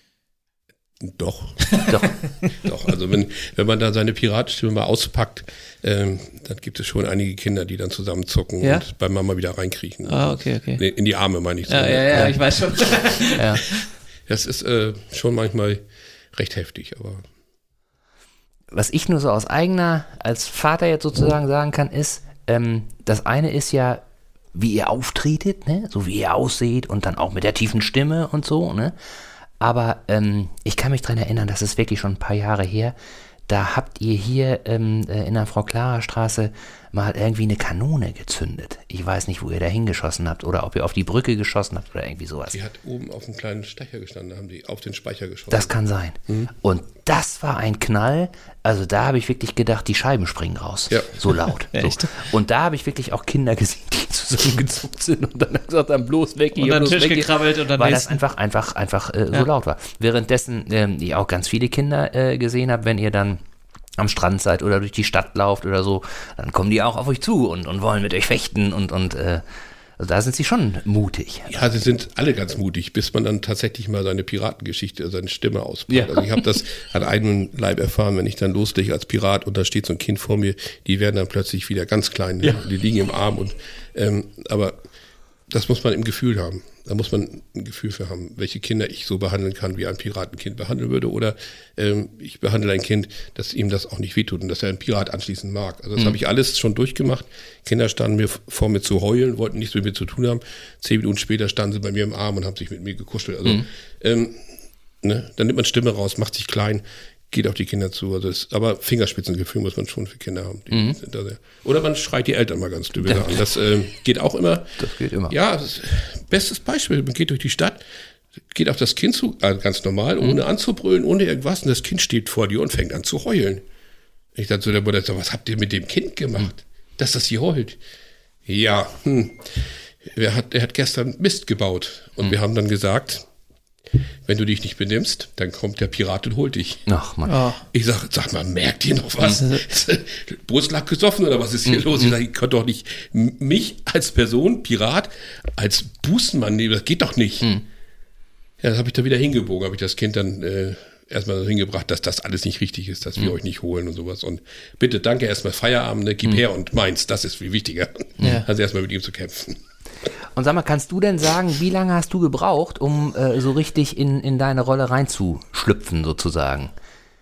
Doch. Doch. Doch. Also wenn, wenn man da seine Piratenstimme mal auspackt, ähm, dann gibt es schon einige Kinder, die dann zusammenzucken
ja?
und bei Mama wieder reinkriechen.
Ah, okay, okay.
In die Arme, meine ich. So.
Ja, ja, ja, ich weiß schon.
ja.
Das ist äh, schon manchmal recht heftig, aber...
Was ich nur so aus eigener, als Vater jetzt sozusagen sagen kann, ist, ähm, das eine ist ja, wie ihr auftretet, ne? So wie ihr ausseht und dann auch mit der tiefen Stimme und so, ne? Aber ähm, ich kann mich daran erinnern, das ist wirklich schon ein paar Jahre her, da habt ihr hier ähm, in der Frau-Clara-Straße mal irgendwie eine Kanone gezündet. Ich weiß nicht, wo ihr da hingeschossen habt oder ob ihr auf die Brücke geschossen habt oder irgendwie sowas.
Die hat oben auf einem kleinen Stecher gestanden, da haben die auf den Speicher geschossen.
Das kann sein. Mhm. Und das war ein Knall, also da habe ich wirklich gedacht, die Scheiben springen raus.
Ja.
So laut. So. Und da habe ich wirklich auch Kinder gesehen, die zusammengezuckt sind und dann gesagt haben, bloß weg hier,
und dann
bloß
Tisch
weg
gekrabbelt und dann
weil
nächsten.
das einfach, einfach, einfach äh, so
ja.
laut war. Währenddessen ähm, ich auch ganz viele Kinder äh, gesehen habe, wenn ihr dann am Strand seid oder durch die Stadt lauft oder so, dann kommen die auch auf euch zu und, und wollen mit euch fechten und, und äh, also da sind sie schon mutig.
Ja, sie sind alle ganz mutig, bis man dann tatsächlich mal seine Piratengeschichte, seine Stimme auspackt. Ja. Also ich habe das an einem Leib erfahren, wenn ich dann loslege als Pirat und da steht so ein Kind vor mir, die werden dann plötzlich wieder ganz klein, ja. Die liegen im Arm und ähm, aber das muss man im Gefühl haben. Da muss man ein Gefühl für haben, welche Kinder ich so behandeln kann, wie ein Piratenkind behandeln würde. Oder ähm, ich behandle ein Kind, dass ihm das auch nicht wehtut und dass er einen Pirat anschließen mag. Also das mhm. habe ich alles schon durchgemacht. Kinder standen mir vor mir zu heulen, wollten nichts mit mir zu tun haben. Zehn Minuten später standen sie bei mir im Arm und haben sich mit mir gekuschelt. Also mhm. ähm, ne, dann nimmt man Stimme raus, macht sich klein, geht auf die Kinder zu. Also das, aber Fingerspitzengefühl muss man schon für Kinder haben. Die mhm. sind da sehr. Oder man schreit die Eltern mal ganz dübel an. Das ähm, geht auch immer.
Das geht immer.
Ja, das ist, bestes Beispiel. Man geht durch die Stadt, geht auf das Kind zu, also ganz normal, mhm. ohne anzubrüllen, ohne irgendwas. Und das Kind steht vor dir und fängt an zu heulen. Ich dann zu der Mutter sage, was habt ihr mit dem Kind gemacht, mhm. dass das hier heult? Ja, hm. er, hat, er hat gestern Mist gebaut. Und mhm. wir haben dann gesagt, wenn du dich nicht benimmst, dann kommt der Pirat und holt dich.
Ach Mann. Oh.
Ich sag, sag mal, merkt ihr noch was? Brustlack gesoffen oder was ist hier mhm. los? Ich sag, ich kann doch nicht mich als Person, Pirat, als Bußenmann nehmen, das geht doch nicht. Mhm. Ja, das habe ich da wieder hingebogen, habe ich das Kind dann äh, erstmal hingebracht, dass das alles nicht richtig ist, dass wir mhm. euch nicht holen und sowas. Und bitte, danke, erstmal Feierabend, ne? Gib mhm. her und meins, das ist viel wichtiger. Ja. Also erstmal mit ihm zu kämpfen.
Und sag mal, kannst du denn sagen, wie lange hast du gebraucht, um äh, so richtig in, in deine Rolle reinzuschlüpfen, sozusagen?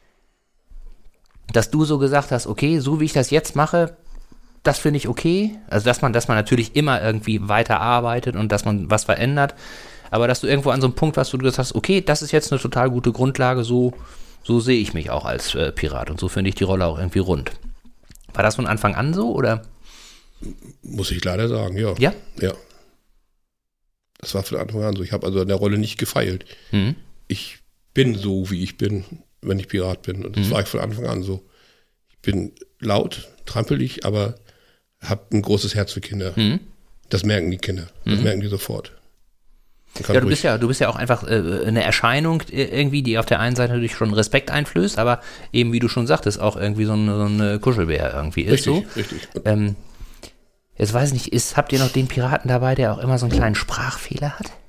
Dass du so gesagt hast, okay, so wie ich das jetzt mache, das finde ich okay. Also, dass man, dass man natürlich immer irgendwie weiterarbeitet und dass man was verändert. Aber dass du irgendwo an so einem Punkt warst, wo du gesagt hast, okay, das ist jetzt eine total gute Grundlage, so, so sehe ich mich auch als äh, Pirat und so finde ich die Rolle auch irgendwie rund. War das von Anfang an so, oder?
Muss ich leider sagen, ja.
Ja?
Ja. Das war von Anfang an so. Ich habe also an der Rolle nicht gefeilt. Mhm. Ich bin so, wie ich bin, wenn ich Pirat bin. Und das mhm. war ich von Anfang an so. Ich bin laut, trampelig, aber habe ein großes Herz für Kinder. Mhm. Das merken die Kinder. Das mhm. merken die sofort.
Ja, du bist ja, du bist ja auch einfach äh, eine Erscheinung irgendwie, die auf der einen Seite natürlich schon Respekt einflößt, aber eben, wie du schon sagtest, auch irgendwie so eine, so eine Kuschelbär irgendwie ist.
Richtig,
so.
richtig.
Ähm, Jetzt weiß ich nicht, ist, habt ihr noch den Piraten dabei, der auch immer so einen kleinen Sprachfehler hat?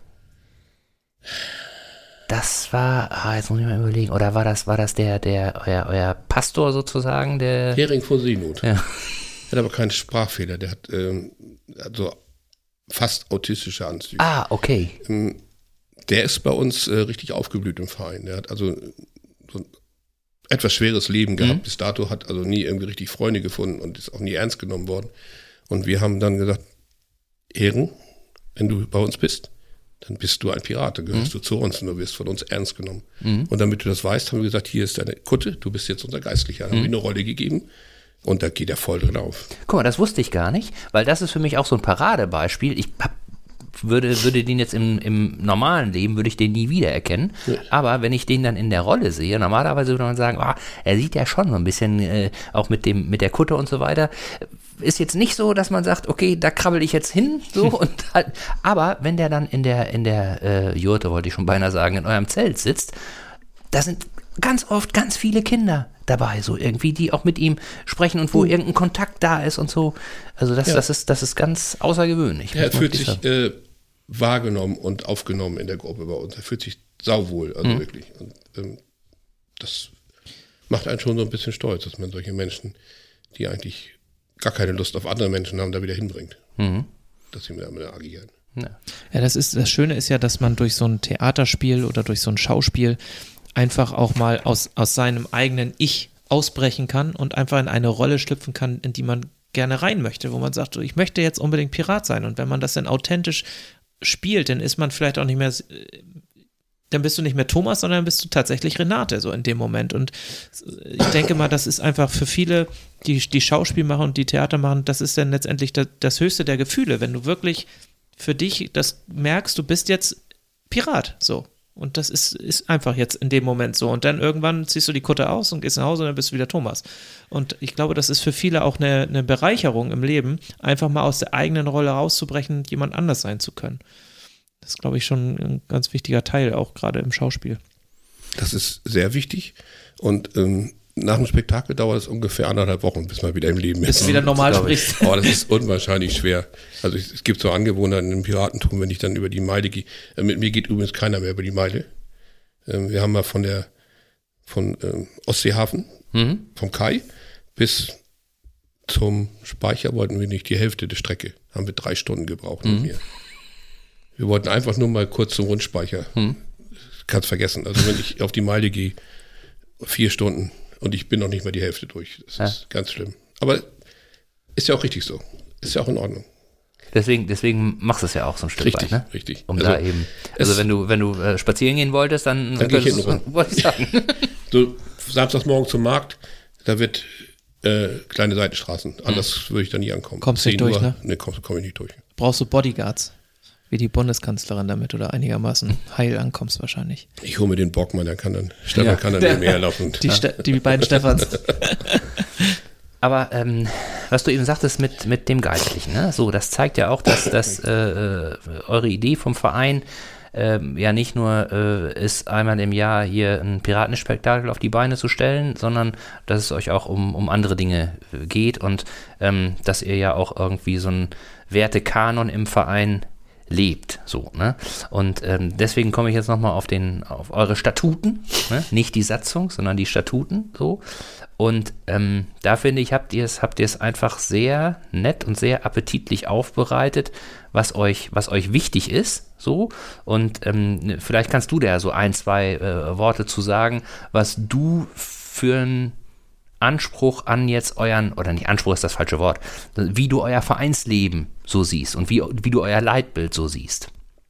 Das war, ah, jetzt muss ich mal überlegen, oder war das, war das der, der, euer, euer Pastor sozusagen, der...
Hering von Seenot.
Ja.
Der hat aber keinen Sprachfehler, der hat, ähm, hat so fast autistische Anzüge.
Ah, okay.
Ähm, der ist bei uns äh, richtig aufgeblüht im Verein. Der hat also so ein etwas schweres Leben gehabt. Mhm. Bis dato hat also nie irgendwie richtig Freunde gefunden und ist auch nie ernst genommen worden. Und wir haben dann gesagt, Hering, wenn du bei uns bist, dann bist du ein Pirat, dann gehörst mhm. du zu uns und du wirst von uns ernst genommen. Mhm. Und damit du das weißt, haben wir gesagt, hier ist deine Kutte, du bist jetzt unser Geistlicher. Dann mhm. haben wir eine Rolle gegeben und da geht er voll drin auf.
Guck mal, das wusste ich gar nicht, weil das ist für mich auch so ein Paradebeispiel. Ich hab würde, würde den jetzt im, im normalen Leben, würde ich den nie wiedererkennen. Ja. Aber wenn ich den dann in der Rolle sehe, normalerweise würde man sagen, oh, er sieht ja schon so ein bisschen, äh, auch mit dem, mit der Kutte und so weiter, ist jetzt nicht so, dass man sagt, okay, da krabbel ich jetzt hin, so und halt, aber wenn der dann in der, in der äh, Jurte, wollte ich schon beinahe sagen, in eurem Zelt sitzt, da sind ganz oft ganz viele Kinder dabei, so irgendwie, die auch mit ihm sprechen und wo mhm. irgendein Kontakt da ist und so. Also das, ja. das, ist, das ist ganz außergewöhnlich.
Ja, er fühlt sich äh, wahrgenommen und aufgenommen in der Gruppe bei uns. Er fühlt sich sauwohl, also mhm. wirklich. Und ähm, das macht einen schon so ein bisschen stolz, dass man solche Menschen, die eigentlich gar keine Lust auf andere Menschen haben, da wieder hinbringt. Mhm. Dass sie mit mir agieren.
Ja. ja, das ist, das Schöne ist ja, dass man durch so ein Theaterspiel oder durch so ein Schauspiel einfach auch mal aus, aus seinem eigenen Ich ausbrechen kann und einfach in eine Rolle schlüpfen kann, in die man gerne rein möchte, wo man sagt, ich möchte jetzt unbedingt Pirat sein. Und wenn man das dann authentisch spielt, dann ist man vielleicht auch nicht mehr, dann bist du nicht mehr Thomas, sondern bist du tatsächlich Renate, so in dem Moment. Und ich denke mal, das ist einfach für viele, die, die Schauspiel machen und die Theater machen, das ist dann letztendlich das, das höchste der Gefühle, wenn du wirklich für dich das merkst, du bist jetzt Pirat, so. Und das ist, ist einfach jetzt in dem Moment so. Und dann irgendwann ziehst du die Kutte aus und gehst nach Hause und dann bist du wieder Thomas. Und ich glaube, das ist für viele auch eine, eine Bereicherung im Leben, einfach mal aus der eigenen Rolle rauszubrechen, jemand anders sein zu können. Das ist, glaube ich, schon ein ganz wichtiger Teil, auch gerade im Schauspiel.
Das ist sehr wichtig. Und ähm, nach dem Spektakel dauert es ungefähr anderthalb Wochen, bis man wieder im Leben ist.
Bis du wieder normal sprichst.
Oh, das ist unwahrscheinlich schwer. Also es, es gibt so Angewohnheiten im Piratentum, wenn ich dann über die Meile gehe. Äh, mit mir geht übrigens keiner mehr über die Meile. Ähm, wir haben mal von der von ähm, Ostseehafen, mhm. vom Kai bis zum Speicher wollten wir nicht die Hälfte der Strecke. Haben wir drei Stunden gebraucht mhm. mit mir. Wir wollten einfach nur mal kurz zum Rundspeicher. Mhm. Kannst vergessen. Also wenn ich auf die Meile gehe, vier Stunden. Und ich bin noch nicht mal die Hälfte durch. Das ja. ist ganz schlimm. Aber ist ja auch richtig so. Ist ja auch in Ordnung.
Deswegen, deswegen machst du es ja auch so ein Stück
richtig,
weit, ne?
Richtig.
Um also da eben. Also wenn du, wenn du äh, spazieren gehen wolltest, dann,
dann
das,
gehe ich hinten rum.
Wollte ich sagen.
So Samstagsmorgen zum Markt, da wird äh, kleine Seitenstraßen. Anders hm. würde ich da nie ankommen.
Kommst du nicht durch, ne?
Ne, komm, komm ich nicht durch.
Brauchst du Bodyguards? Wie die Bundeskanzlerin damit oder einigermaßen heil ankommst wahrscheinlich.
Ich hole mir den Bockmann, der kann dann, Stefan ja. kann dann der, mehr laufen.
Die, Ste- die beiden Stefans.
Aber ähm, was du eben sagtest mit, mit dem Geistlichen, ne? So, das zeigt ja auch, dass, dass äh, eure Idee vom Verein äh, ja nicht nur äh, ist, einmal im Jahr hier ein Piratenspektakel auf die Beine zu stellen, sondern dass es euch auch um, um andere Dinge geht und ähm, dass ihr ja auch irgendwie so einen Wertekanon im Verein lebt, so, ne? Und ähm, deswegen komme ich jetzt nochmal auf den, auf eure Statuten, ne? Nicht die Satzung, sondern die Statuten, so. Und ähm, da finde ich, habt ihr es, habt ihr es einfach sehr nett und sehr appetitlich aufbereitet, was euch, was euch wichtig ist, so. Und ähm, vielleicht kannst du da so ein, zwei äh, Worte zu sagen, was du für ein Anspruch an jetzt euren, oder nicht Anspruch ist das falsche Wort, wie du euer Vereinsleben so siehst und wie, wie du euer Leitbild so siehst.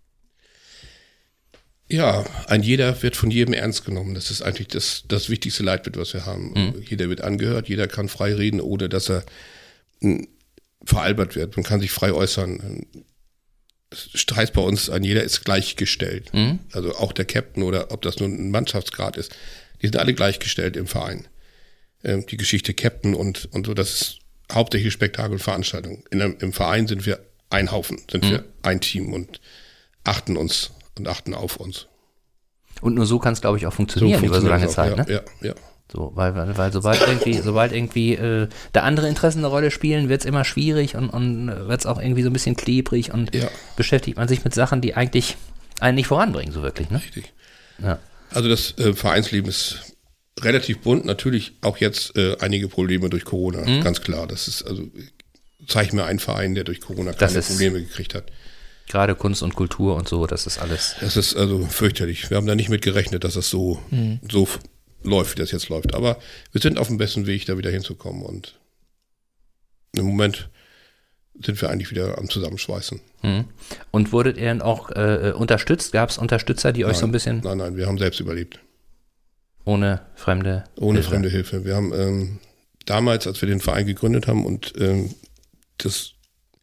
Ja, ein jeder wird von jedem ernst genommen. Das ist eigentlich das, das wichtigste Leitbild, was wir haben. Mhm. Jeder wird angehört, jeder kann frei reden, ohne dass er m, veralbert wird. Man kann sich frei äußern. Das heißt bei uns, ein jeder ist gleichgestellt. Mhm. Also auch der Captain oder ob das nun ein Mannschaftsgrad ist. Die sind alle gleichgestellt im Verein. Die Geschichte Captain und, und so, das ist hauptsächlich Spektakel und Veranstaltung. In einem, im Verein sind wir ein Haufen, sind mhm. wir ein Team und achten uns und achten auf uns.
Und nur so kann es, glaube ich, auch funktionieren so über so lange
auch,
Zeit,
ja,
ne?
Ja, ja.
So, weil, weil, weil sobald irgendwie, sobald irgendwie äh, da andere Interessen eine Rolle spielen, wird es immer schwierig und, und wird es auch irgendwie so ein bisschen klebrig und ja. beschäftigt man sich mit Sachen, die eigentlich einen nicht voranbringen, so wirklich, ne?
Richtig.
Ja.
Also das äh, Vereinsleben ist relativ bunt, natürlich auch jetzt äh, einige Probleme durch Corona, mhm. ganz klar. Das ist, also, zeig mir einen Verein, der durch Corona keine Probleme gekriegt hat.
Gerade Kunst und Kultur und so, das ist alles.
Das ist also fürchterlich. Wir haben da nicht mit gerechnet, dass das so, mhm. so f- läuft, wie das jetzt läuft. Aber wir sind auf dem besten Weg, da wieder hinzukommen. Und im Moment sind wir eigentlich wieder am Zusammenschweißen.
Mhm. Und wurdet ihr dann auch äh, unterstützt? Gab es Unterstützer, die
nein,
euch so ein bisschen...
Nein, nein, wir haben selbst überlebt.
Ohne fremde
Ohne
Hilfe.
fremde Hilfe. Wir haben ähm, damals, als wir den Verein gegründet haben und ähm, das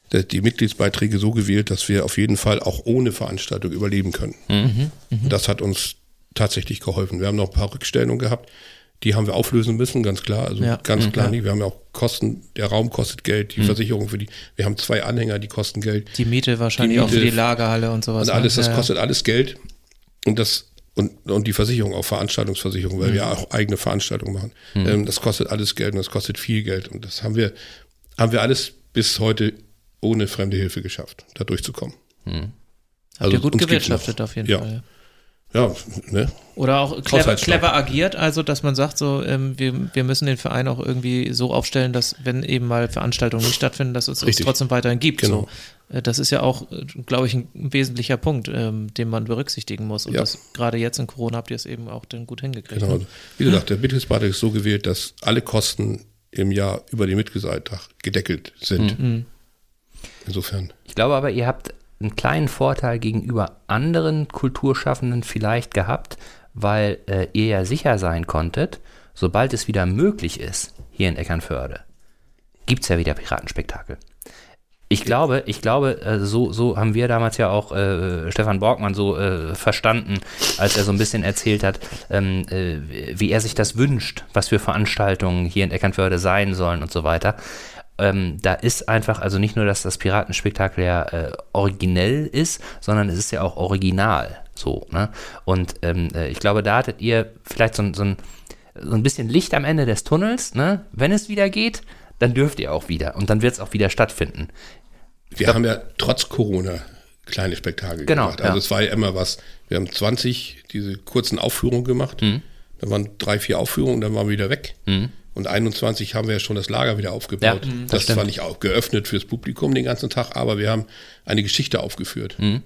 die Mitgliedsbeiträge so gewählt, dass wir auf jeden Fall auch ohne Veranstaltung überleben können. Mhm. Mhm. Das hat uns tatsächlich geholfen. Wir haben noch ein paar Rückstellungen gehabt, die haben wir auflösen müssen, ganz klar. Also ja. ganz klar ja. nicht. Wir haben ja auch Kosten, der Raum kostet Geld, die mhm. Versicherung für die, wir haben zwei Anhänger, die kosten Geld.
Die Miete wahrscheinlich die Miete, auch für die Lagerhalle und sowas.
Und alles, das
ja.
kostet alles Geld. Und das und, und die Versicherung, auch Veranstaltungsversicherung, weil mhm. wir auch eigene Veranstaltungen machen. Mhm. Ähm, das kostet alles Geld und das kostet viel Geld. Und das haben wir, haben wir alles bis heute ohne fremde Hilfe geschafft, da durchzukommen.
Mhm. Habt also ihr gut gewirtschaftet auf jeden
ja.
Fall.
Ja, ne?
Oder auch clever, clever agiert, also dass man sagt, so ähm, wir, wir müssen den Verein auch irgendwie so aufstellen, dass wenn eben mal Veranstaltungen nicht stattfinden, dass es uns trotzdem weiterhin gibt.
Genau.
So. Das ist ja auch, glaube ich, ein wesentlicher Punkt, ähm, den man berücksichtigen muss. Und ja. das, gerade jetzt in Corona habt ihr es eben auch dann gut hingekriegt.
Genau.
Ne?
Wie gesagt, der Mitgliedsbeitrag ist so gewählt, dass alle Kosten im Jahr über den Mitgliedsbeitrag gedeckelt sind. Mhm. Insofern.
Ich glaube aber, ihr habt einen kleinen Vorteil gegenüber anderen Kulturschaffenden vielleicht gehabt, weil äh, ihr ja sicher sein konntet, sobald es wieder möglich ist, hier in Eckernförde, gibt es ja wieder Piratenspektakel. Ich glaube, ich glaube, äh, so, so haben wir damals ja auch äh, Stefan Borgmann so äh, verstanden, als er so ein bisschen erzählt hat, ähm, äh, wie er sich das wünscht, was für Veranstaltungen hier in Eckernförde sein sollen und so weiter. Ähm, da ist einfach, also nicht nur, dass das Piratenspektakel ja äh, originell ist, sondern es ist ja auch original, so, ne? Und ähm, äh, ich glaube, da hattet ihr vielleicht so, so, ein, so ein bisschen Licht am Ende des Tunnels, ne? Wenn es wieder geht, dann dürft ihr auch wieder und dann wird es auch wieder stattfinden.
Wir glaub, haben ja trotz Corona kleine Spektakel
genau,
gemacht. Also
ja.
es war ja immer was, wir haben zwanzig diese kurzen Aufführungen gemacht, mhm. dann waren drei, vier Aufführungen, dann waren wir wieder weg. Mhm. Und einundzwanzig haben wir ja schon das Lager wieder aufgebaut. Ja, das, das war nicht auch geöffnet fürs Publikum den ganzen Tag, aber wir haben eine Geschichte aufgeführt. Mhm.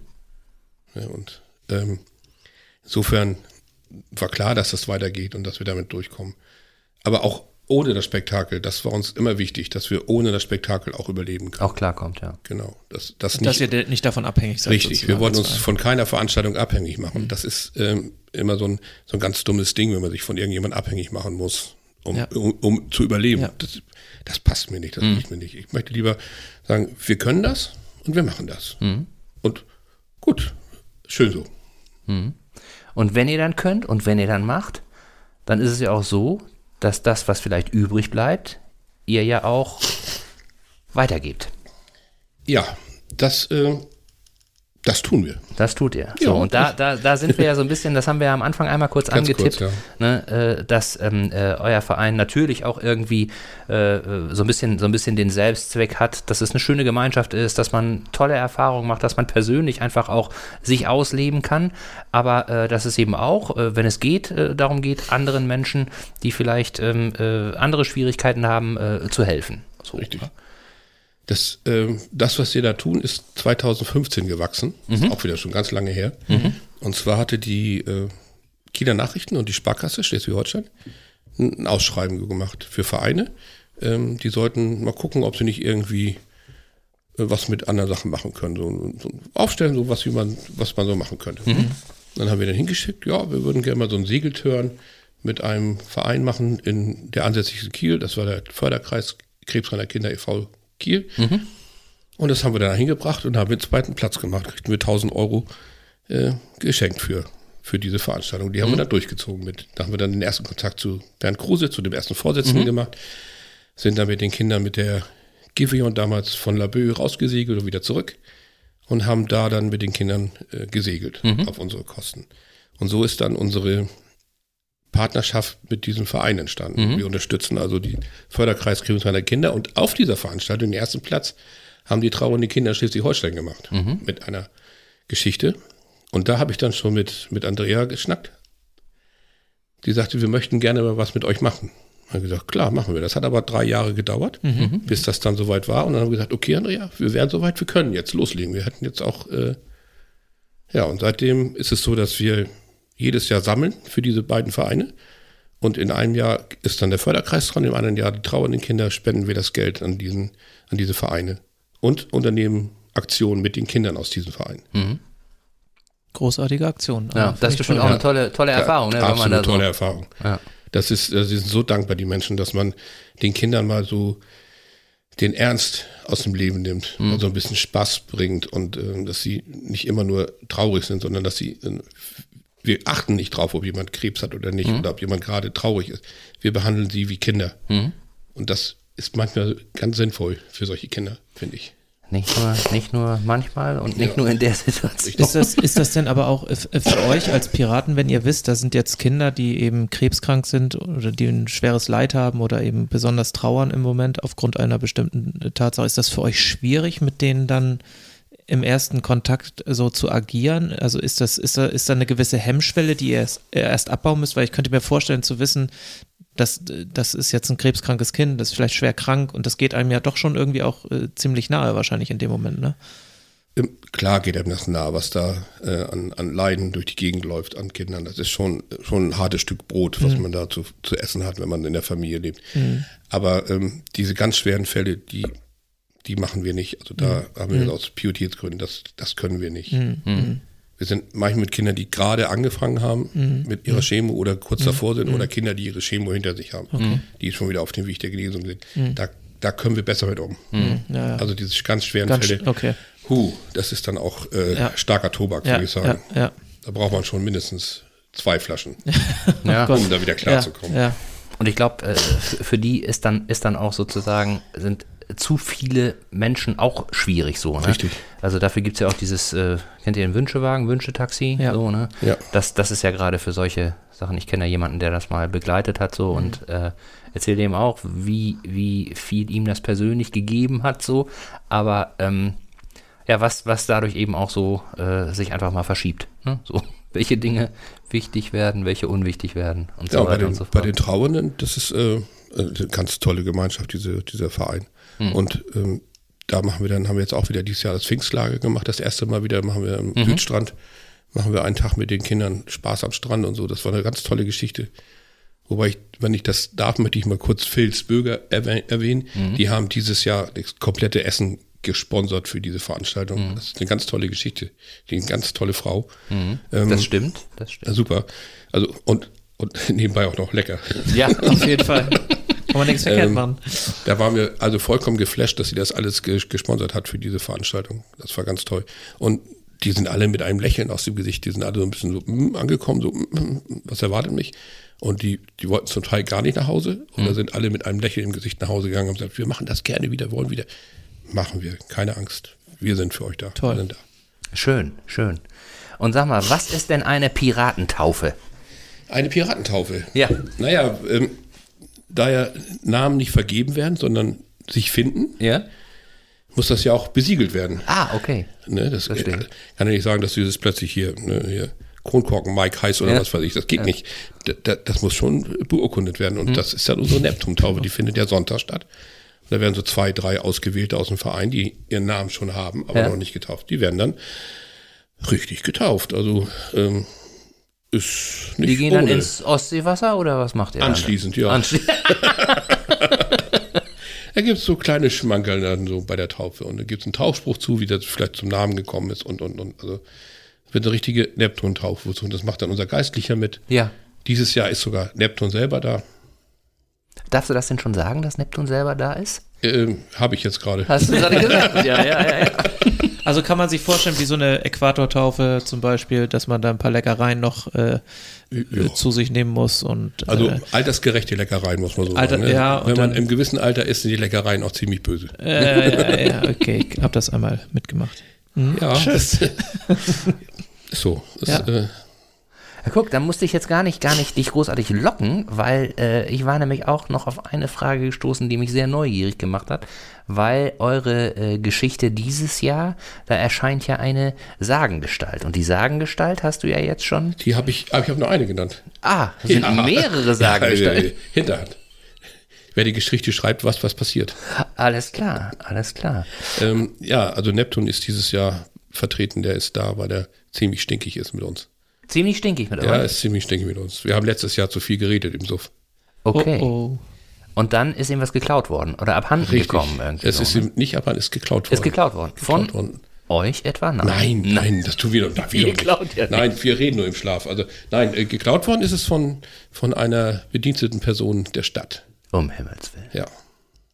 Ja, und ähm, insofern war klar, dass das weitergeht und dass wir damit durchkommen. Aber auch ohne das Spektakel, das war uns immer wichtig, dass wir ohne das Spektakel auch überleben können.
Auch klarkommt, ja.
Genau. Das, das
dass
nicht,
ihr nicht davon abhängig seid.
Richtig, wir wollten uns von keiner Veranstaltung abhängig machen. Mhm. Das ist ähm, immer so ein, so ein ganz dummes Ding, wenn man sich von irgendjemandem abhängig machen muss. Um, ja. um, um zu überleben. Ja. Das, das passt mir nicht, das mhm. passt mir nicht. Ich möchte lieber sagen, wir können das und wir machen das. Mhm. Und gut, schön so.
Mhm. Und wenn ihr dann könnt und wenn ihr dann macht, dann ist es ja auch so, dass das, was vielleicht übrig bleibt, ihr ja auch weitergebt.
Ja, das, äh, das tun wir.
Das tut ihr. So, ja, und da, da, da sind wir ja so ein bisschen, das haben wir ja am Anfang einmal kurz Ganz angetippt, kurz, ja. ne, äh, dass ähm, äh, euer Verein natürlich auch irgendwie äh, so ein bisschen, so ein bisschen den Selbstzweck hat, dass es eine schöne Gemeinschaft ist, dass man tolle Erfahrungen macht, dass man persönlich einfach auch sich ausleben kann, aber äh, dass es eben auch, äh, wenn es geht, äh, darum geht, anderen Menschen, die vielleicht ähm, äh, andere Schwierigkeiten haben, äh, zu helfen. So,
Richtig. Ja. Das, äh, das, was wir da tun, ist zweitausendfünfzehn gewachsen. Mhm. Ist auch wieder schon ganz lange her. Mhm. Und zwar hatte die äh, Kieler Nachrichten und die Sparkasse Schleswig-Holstein ein Ausschreiben gemacht für Vereine. Ähm, die sollten mal gucken, ob sie nicht irgendwie äh, was mit anderen Sachen machen können. So, so aufstellen, so was, wie man, was man so machen könnte. Mhm. Dann haben wir dann hingeschickt, ja, wir würden gerne mal so einen Segeltörn mit einem Verein machen in der ansässigen Kiel. Das war der Förderkreis Krebsreiner Kinder e V Kiel. Mhm. Und das haben wir dann hingebracht und haben den zweiten Platz gemacht. Kriegten wir tausend Euro äh, geschenkt für, für diese Veranstaltung. Die haben mhm. wir dann durchgezogen mit. Da haben wir dann den ersten Kontakt zu Bernd Kruse, zu dem ersten Vorsitzenden mhm. gemacht. Sind dann mit den Kindern mit der Giveon damals von Laboe rausgesegelt und wieder zurück. Und haben da dann mit den Kindern äh, gesegelt mhm. auf unsere Kosten. Und so ist dann unsere Partnerschaft mit diesem Verein entstanden. Mhm. Wir unterstützen also die Förderkreis Krebsreiner Kinder und auf dieser Veranstaltung, den ersten Platz, haben die trauernde Kinder Schleswig-Holstein gemacht. Mhm. Mit einer Geschichte. Und da habe ich dann schon mit, mit Andrea geschnackt. Die sagte, wir möchten gerne mal was mit euch machen. Ich habe gesagt, klar, machen wir. Das hat aber drei Jahre gedauert, mhm. bis das dann soweit war. Und dann haben wir gesagt, okay, Andrea, wir wären soweit, wir können jetzt loslegen. Wir hätten jetzt auch, äh, ja, und seitdem ist es so, dass wir jedes Jahr sammeln für diese beiden Vereine. Und in einem Jahr ist dann der Förderkreis dran, im anderen Jahr die trauernden Kinder, spenden wir das Geld an, diesen, an diese Vereine. Und unternehmen Aktionen mit den Kindern aus diesen Vereinen. Mhm.
Großartige Aktion.
Ja, das ist bestimmt auch eine tolle, tolle Erfahrung.
Ja,
ne,
absolut
wenn man da so
tolle Erfahrung. Ja. Das ist, sie sind so dankbar, die Menschen, dass man den Kindern mal so den Ernst aus dem Leben nimmt, mhm. also ein bisschen Spaß bringt und äh, dass sie nicht immer nur traurig sind, sondern dass sie, äh, wir achten nicht drauf, ob jemand Krebs hat oder nicht mhm. oder ob jemand gerade traurig ist. Wir behandeln sie wie Kinder. Mhm. Und das ist manchmal ganz sinnvoll für solche Kinder, finde ich.
Nicht nur, nicht nur manchmal und nicht ja. nur in der Situation.
Ist das, ist das denn aber auch für euch als Piraten, wenn ihr wisst, da sind jetzt Kinder, die eben krebskrank sind oder die ein schweres Leid haben oder eben besonders trauern im Moment aufgrund einer bestimmten Tatsache, ist das für euch schwierig, mit denen dann im ersten Kontakt so zu agieren? Also ist das, ist da, ist da eine gewisse Hemmschwelle, die ihr erst, erst abbauen müsst? Weil ich könnte mir vorstellen zu wissen, Das, das ist jetzt ein krebskrankes Kind, das ist vielleicht schwer krank und das geht einem ja doch schon irgendwie auch äh, ziemlich nahe wahrscheinlich in dem Moment, ne?
Klar geht einem das nahe, was da äh, an, an Leiden durch die Gegend läuft an Kindern. Das ist schon, schon ein hartes Stück Brot, was mhm. man da zu, zu essen hat, wenn man in der Familie lebt. Mhm. Aber ähm, diese ganz schweren Fälle, die, die machen wir nicht. Also da mhm. haben wir das aus Pietätsgründen, das, das können wir nicht. Mhm. Wir sind manchmal mit Kindern, die gerade angefangen haben mhm. mit ihrer Chemo oder kurz mhm. davor sind mhm. oder Kinder, die ihre Chemo hinter sich haben, okay. die schon wieder auf dem Weg der Genesung sind. Mhm. Da, da können wir besser mit um.
Mhm. Ja, ja.
Also diese ganz schweren
ganz
Fälle,
okay.
huh, das ist dann auch äh, ja. starker Tobak,
ja,
würde ich sagen.
Ja, ja.
Da braucht man schon mindestens zwei Flaschen,
ja.
um da wieder klarzukommen.
Ja, ja.
Und ich glaube, äh, für die ist dann, ist dann auch sozusagen, sind zu viele Menschen auch schwierig so, ne?
Richtig.
Also dafür gibt es ja auch dieses, äh, kennt ihr den Wünschewagen, Wünschetaxi?
Ja.
So, ne?
Ja.
Das, das ist ja gerade für solche Sachen, ich kenne ja jemanden, der das mal begleitet hat so mhm. und äh, erzählt ihm auch, wie, wie viel ihm das persönlich gegeben hat so, aber ähm, ja, was, was dadurch eben auch so äh, sich einfach mal verschiebt, ne? So, welche Dinge wichtig werden, welche unwichtig werden und
ja,
so weiter
den,
und so fort.
Bei den Trauernden, das ist äh, eine ganz tolle Gemeinschaft, diese, dieser Verein. Mhm. Und ähm, da machen wir dann, haben wir jetzt auch wieder dieses Jahr das Pfingstlager gemacht, das erste Mal wieder machen wir am mhm. Südstrand, machen wir einen Tag mit den Kindern Spaß am Strand und so. Das war eine ganz tolle Geschichte. Wobei ich, wenn ich das darf, möchte ich mal kurz Phils Bürger erwähnen. Mhm. Die haben dieses Jahr das komplette Essen gesponsert für diese Veranstaltung. Mhm. Das ist eine ganz tolle Geschichte. Die eine ganz tolle Frau.
Mhm. Ähm, das stimmt, das stimmt.
Super. Also und, und nebenbei auch noch lecker.
Ja, auf jeden Fall. Kann man nichts verkehrt ähm, machen.
Da waren wir also vollkommen geflasht, dass sie das alles ge- gesponsert hat für diese Veranstaltung. Das war ganz toll. Und die sind alle mit einem Lächeln aus dem Gesicht, die sind alle so ein bisschen so mm, angekommen, so mm, was erwartet mich? Und die, die wollten zum Teil gar nicht nach Hause oder mhm. sind alle mit einem Lächeln im Gesicht nach Hause gegangen und haben gesagt, wir machen das gerne wieder, wollen wieder. Machen wir, keine Angst. Wir sind für euch da.
Toll.
Wir sind da.
Schön, schön. Und sag mal, was ist denn eine Piratentaufe?
Eine Piratentaufe?
Ja.
Naja, ähm, da ja Namen nicht vergeben werden, sondern sich finden,
ja.
muss das ja auch besiegelt werden.
Ah, okay.
Ne, das Verstehe. Kann ja nicht sagen, dass du das plötzlich hier, ne, hier Kronkorken Mike heißt oder ja. was weiß ich. Das geht ja. nicht. Das, das muss schon beurkundet werden. Und hm. das ist dann unsere Neptun-Taufe. Die findet ja Sonntag statt. Da werden so zwei, drei Ausgewählte aus dem Verein, die ihren Namen schon haben, aber ja. noch nicht getauft. Die werden dann richtig getauft. Also ähm, ist nicht
Die gehen
ohne.
Dann ins Ostseewasser oder was macht ihr
Anschließend,
dann?
ja.
Anschließend, ja.
Da gibt es so kleine Schmankerl dann so bei der Taufe. Und da gibt es einen Tauchspruch zu, wie das vielleicht zum Namen gekommen ist und, und, und. Also wird eine richtige Neptun-Taufe. Und das macht dann unser Geistlicher mit.
Ja.
Dieses Jahr ist sogar Neptun selber da.
Darfst du das denn schon sagen, dass Neptun selber da ist?
Ähm, Habe ich jetzt gerade.
Hast du gerade gesagt? Ja, ja, ja, ja.
Also kann man sich vorstellen, wie so eine Äquatortaufe zum Beispiel, dass man da ein paar Leckereien noch äh, ja. zu sich nehmen muss. Und,
also
äh,
altersgerechte Leckereien, muss man so
Alter,
sagen. Ne?
Ja,
Wenn man
dann,
im gewissen Alter ist, sind die Leckereien auch ziemlich böse.
Äh, ja, ja, okay, ich habe das einmal mitgemacht.
Mhm. Ja, tschüss. So, das,
ja.
äh,
Ja, guck, da musste ich jetzt gar nicht, gar nicht dich großartig locken, weil äh, ich war nämlich auch noch auf eine Frage gestoßen, die mich sehr neugierig gemacht hat, weil eure äh, Geschichte dieses Jahr, da erscheint ja eine Sagengestalt. Und die Sagengestalt hast du ja jetzt schon.
Die habe ich, aber ich habe nur eine genannt.
Ah, es sind ja. mehrere Sagengestalten.
Ja, Hinterhand. Wer die Geschichte schreibt, was, was passiert.
Alles klar, alles klar.
Ähm, ja, also Neptun ist dieses Jahr vertreten, der ist da, weil der ziemlich stinkig ist mit uns.
Ziemlich stinkig mit euch?
Ja, ist ziemlich stinkig mit uns. Wir haben letztes Jahr zu viel geredet im Suff.
Okay.
Oh, oh.
Und dann ist ihm was geklaut worden oder abhanden
Richtig.
gekommen irgendwie.
Es
so,
ist
ne?
ihm nicht abhanden, es ist geklaut worden.
Ist geklaut worden. Von
geklaut worden.
euch etwa? Nein.
Nein, nein, das tun wir doch wir
nicht. Ja
nein, wir reden nur im Schlaf. Also nein, äh, geklaut worden ist es von, von einer bediensteten Person der Stadt.
Um Himmels Willen.
Ja.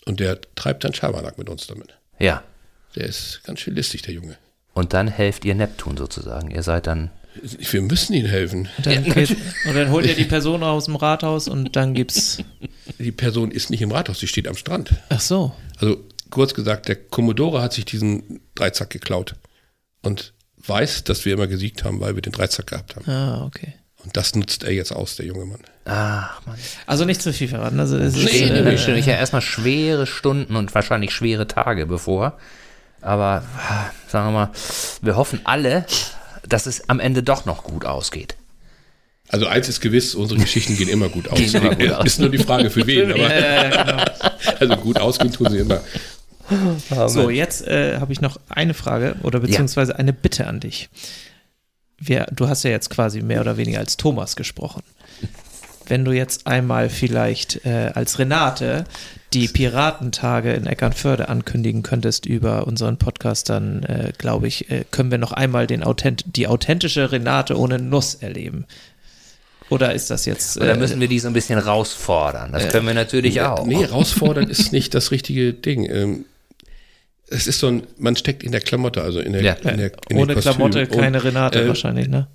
Und der treibt dann Schabernack mit uns damit.
Ja.
Der ist ganz schön listig, der Junge.
Und dann helft ihr Neptun sozusagen. Ihr seid dann...
Wir müssen ihnen helfen.
Und dann, geht, und dann holt ihr die Person aus dem Rathaus und dann gibt's...
Die Person ist nicht im Rathaus, die steht am Strand.
Ach so.
Also kurz gesagt, der Commodore hat sich diesen Dreizack geklaut und weiß, dass wir immer gesiegt haben, weil wir den Dreizack gehabt haben.
Ah, okay.
Und das nutzt er jetzt aus, der junge Mann.
Ach, Mann.
Also nicht zu viel verraten. Also es ist,
Nee,
äh,
nee, nee, ich ja erstmal schwere Stunden und wahrscheinlich schwere Tage bevor. Aber sagen wir mal, wir hoffen alle, dass es am Ende doch noch gut ausgeht.
Also eins ist gewiss, unsere Geschichten gehen immer gut aus.
Gehen immer gut aus.
Ist nur die Frage für wen. Aber
ja, ja, genau.
also gut ausgehen tun sie immer.
So, jetzt äh, habe ich noch eine Frage oder beziehungsweise eine Bitte an dich. Wir, du hast ja jetzt quasi mehr oder weniger als Thomas gesprochen. Wenn du jetzt einmal vielleicht äh, als Renate die Piratentage in Eckernförde ankündigen könntest über unseren Podcast, dann äh, glaube ich, äh, können wir noch einmal den Authent- die authentische Renate ohne Nuss erleben. Oder ist das jetzt...
Oder
äh,
müssen wir die so ein bisschen rausfordern? Das können wir natürlich auch.
Nee, herausfordern ist nicht das richtige Ding. Ähm, es ist so ein, man steckt in der Klamotte, also in der,
Ja.
in der in
ohne
den Kostüm.
Klamotte keine
Und,
Renate
äh,
wahrscheinlich, ne?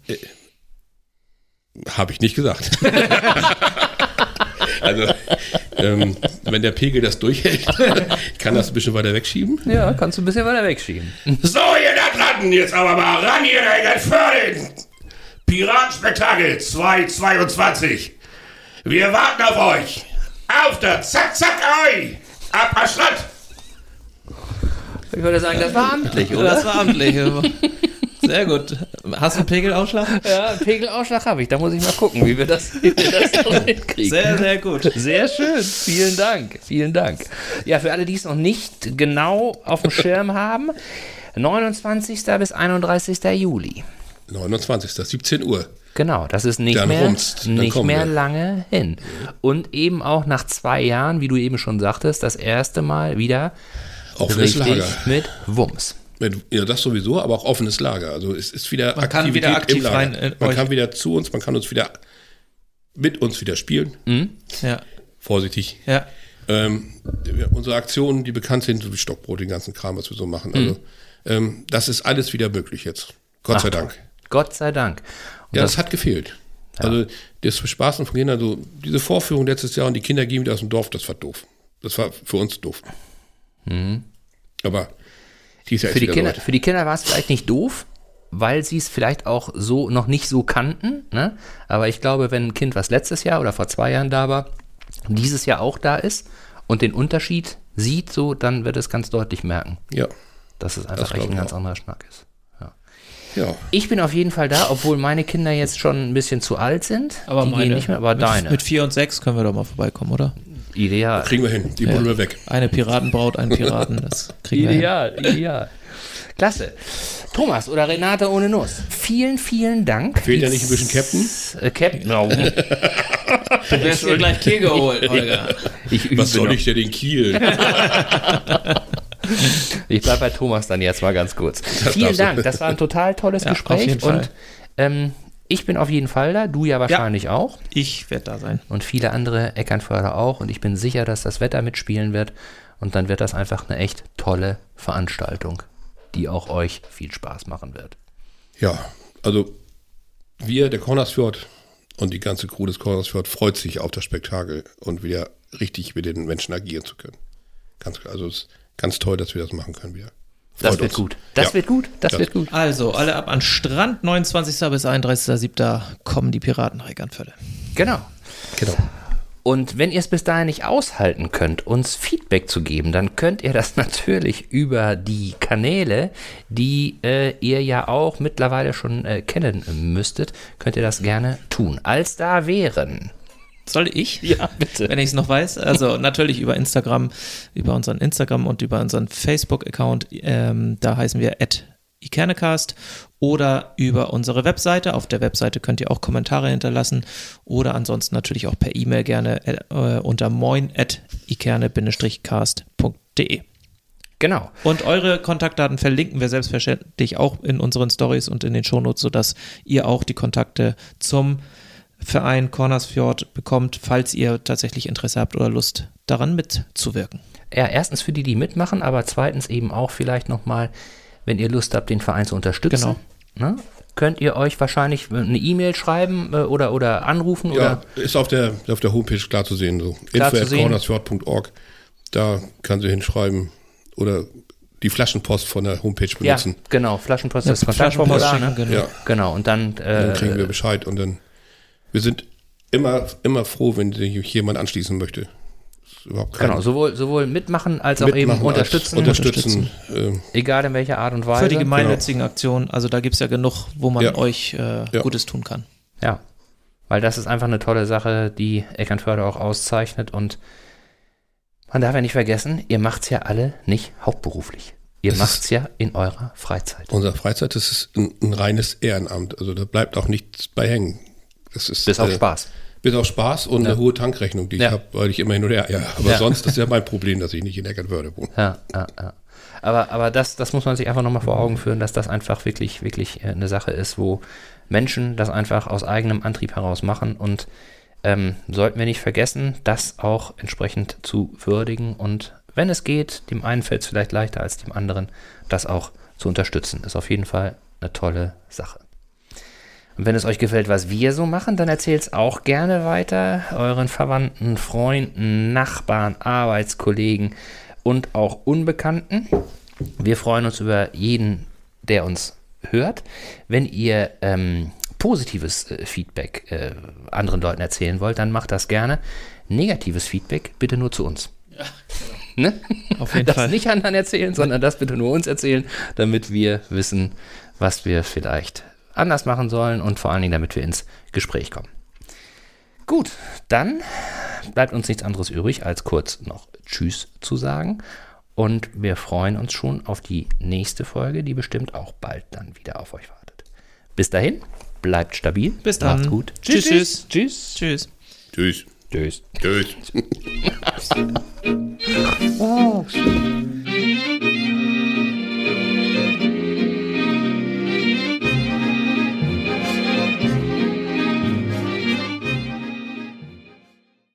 Habe ich nicht gesagt. Also, ähm, wenn der Pegel das durchhält, kann das ein bisschen weiter wegschieben.
Ja, kannst du ein bisschen weiter wegschieben.
So, ihr da dran, jetzt aber mal ran, ihr da Eckernförde. Piratenspektakel zweitausendzweiundzwanzig. Wir warten auf euch. Auf der Zack, Zack, Ei. Ab am Strand.
Ich würde sagen, das war amtlich, oder?
Das war amtlich. Sehr gut. Hast du einen Pegelausschlag?
Ja, einen Pegelausschlag habe ich. Da muss ich mal gucken, wie wir das, wie wir das so hinkriegen.
Sehr, sehr gut.
Sehr schön. Vielen Dank. Vielen Dank. Ja, für alle, die es noch nicht genau auf dem Schirm haben, neunundzwanzigsten bis einunddreißigsten Juli.
neunundzwanzigsten siebzehn Uhr.
Genau, das ist nicht
Dann
mehr,
rumst, dann
nicht
kommen
mehr
wir.
lange hin. Und eben auch nach zwei Jahren, wie du eben schon sagtest, das erste Mal wieder
Offenes
richtig
Lager.
mit Wumms.
Mit, ja, das sowieso, aber auch offenes Lager. Also es ist wieder
Man kann wieder aktiv
im Lager.
rein in
Man
euch.
kann wieder zu uns, man kann uns wieder mit uns wieder spielen.
Ja,
Vorsichtig.
ja.
Ähm, wir, unsere Aktionen, die bekannt sind, so wie Stockbrot, den ganzen Kram, was wir so machen. Also ähm, das ist alles wieder möglich jetzt. Gott
Ach,
sei Dank.
Gott sei Dank. Und
Ja,
das,
das hat gefehlt. Also das Spaß von Kindern, so diese Vorführung letztes Jahr und die Kinder gehen wieder aus dem Dorf, das war doof. Das war für uns doof. Aber dies Jahr
für,
ist
die
wieder
Kinder,
soweit.
für die Kinder war es vielleicht nicht doof, weil sie es vielleicht auch so noch nicht so kannten. Ne? Aber ich glaube, wenn ein Kind, was letztes Jahr oder vor zwei Jahren da war, dieses Jahr auch da ist und den Unterschied sieht, so, dann wird es ganz deutlich merken,
Ja,
dass es
Das
einfach echt
glaube
ein
ich
ganz
auch.
anderer Schnack ist. Ja.
ja.
Ich bin auf jeden Fall da, obwohl meine Kinder jetzt schon ein bisschen zu alt sind.
Aber
die
meine,
gehen nicht mehr, aber
mit,
deine.
Mit vier und sechs können wir doch mal vorbeikommen, oder?
Ideal.
Kriegen wir hin, die buddeln wir weg.
Eine Piratenbraut, einen Piraten, das kriegen wir hin.
Ideal, ideal. Klasse. Thomas oder Renate ohne Nuss, vielen, vielen Dank.
Fehlt ja nicht ein bisschen Captain?
Äh, Captain, no.
Du wirst dir gleich Kiel geholt, Holger.
Ich übe
Was soll
noch.
ich denn in Kiel?
Ich bleibe bei Thomas dann jetzt mal ganz kurz. Vielen
darfst du.
Dank, das war ein total tolles
Ja, auf
Gespräch
jeden Fall.
und ähm, ich bin auf jeden Fall da, du ja wahrscheinlich auch
Ich werde da sein.
und viele andere Eckernförder auch und ich bin sicher, dass das Wetter mitspielen wird und dann wird das einfach eine echt tolle Veranstaltung, die auch euch viel Spaß machen wird.
Ja, also wir, der Cornersfjord und die ganze Crew des Cornersfjord freut sich auf das Spektakel und wieder richtig mit den Menschen agieren zu können. Ganz, also es ist ganz toll, dass wir das machen können wieder.
Das
Freut
wird
uns.
gut, das
Ja.
wird gut, das
Ja.
wird gut.
Also, alle ab an Strand, neunundzwanzigsten bis einunddreißigsten siebten kommen die Piraten nach Eckernförde.
Genau.
Genau.
Und wenn ihr es bis dahin nicht aushalten könnt, uns Feedback zu geben, dann könnt ihr das natürlich über die Kanäle, die äh, ihr ja auch mittlerweile schon äh, kennen müsstet, könnt ihr das gerne tun. Als da wären.
Soll ich?
Ja, bitte.
Wenn ich es noch weiß. Also natürlich über Instagram, über unseren Instagram und über unseren Facebook-Account. Ähm, da heißen wir at ikernecast oder über unsere Webseite. Auf der Webseite könnt ihr auch Kommentare hinterlassen oder ansonsten natürlich auch per E-Mail gerne äh, unter moin at ikerne-cast punkt de.
Genau.
Und eure Kontaktdaten verlinken wir selbstverständlich auch in unseren Stories und in den Shownotes, sodass ihr auch die Kontakte zum Verein Cornersfjord bekommt, falls ihr tatsächlich Interesse habt oder Lust daran mitzuwirken.
Ja, erstens für die, die mitmachen, aber zweitens eben auch vielleicht nochmal, wenn ihr Lust habt, den Verein zu unterstützen. Genau. Ne? Könnt ihr euch wahrscheinlich eine E-Mail schreiben äh, oder, oder anrufen?
Ja,
oder?
Ist auf der, auf der Homepage klar zu sehen. So.
Klar
info
zu
at
sehen.
cornersfjord punkt org. Da kann sie hinschreiben oder die Flaschenpost von der Homepage benutzen.
Ja, genau. Flaschenpost
Ja,
ist das Kontaktformular. Ne?
Genau.
Ja.
Genau. Und dann, äh,
dann kriegen wir Bescheid und dann, wir sind immer, immer froh, wenn sich jemand anschließen möchte. Ist überhaupt kein
genau, sowohl, sowohl mitmachen als auch
Mitmachen
eben unterstützen.
Als unterstützen. Ähm,
egal in welcher Art und Weise.
Für die gemeinnützigen genau. Aktionen, also da gibt es ja genug, wo man
ja.
euch äh,
ja.
Gutes tun kann.
Ja, weil das ist einfach eine tolle Sache, die Eckernförde auch auszeichnet und man darf ja nicht vergessen, ihr macht es ja alle nicht hauptberuflich. Ihr macht es ja in eurer Freizeit.
Unsere Freizeit, das ist ein, ein reines Ehrenamt. Also da bleibt auch nichts bei hängen. Das ist,
bis auf
äh,
Spaß.
Bis auf Spaß und ja. eine hohe Tankrechnung, die ich
ja.
habe, weil ich immer hin und her. Ja, aber
ja.
sonst ist ja mein Problem, dass ich nicht in Eckernförde wohne.
Ja, ja, ja. Aber, aber das, das muss man sich einfach nochmal vor Augen führen, dass das einfach wirklich, wirklich eine Sache ist, wo Menschen das einfach aus eigenem Antrieb heraus machen und ähm, sollten wir nicht vergessen, das auch entsprechend zu würdigen und wenn es geht, dem einen fällt es vielleicht leichter als dem anderen, das auch zu unterstützen. Ist auf jeden Fall eine tolle Sache. Und wenn es euch gefällt, was wir so machen, dann erzählt es auch gerne weiter euren Verwandten, Freunden, Nachbarn, Arbeitskollegen und auch Unbekannten. Wir freuen uns über jeden, der uns hört. Wenn ihr ähm, positives äh, Feedback äh, anderen Leuten erzählen wollt, dann macht das gerne. Negatives Feedback bitte nur zu uns. Ja, genau. Ne?
Auf jeden
das
Fall.
nicht anderen erzählen, sondern das bitte nur uns erzählen, damit wir wissen, was wir vielleicht anders machen sollen und vor allen Dingen, damit wir ins Gespräch kommen. Gut, dann bleibt uns nichts anderes übrig, als kurz noch Tschüss zu sagen. Und wir freuen uns schon auf die nächste Folge, die bestimmt auch bald dann wieder auf euch wartet. Bis dahin, bleibt stabil.
Bis dann.
Macht's gut.
Tschüss.
Tschüss. Tschüss.
Tschüss.
Tschüss.
Tschüss.
Tschüss.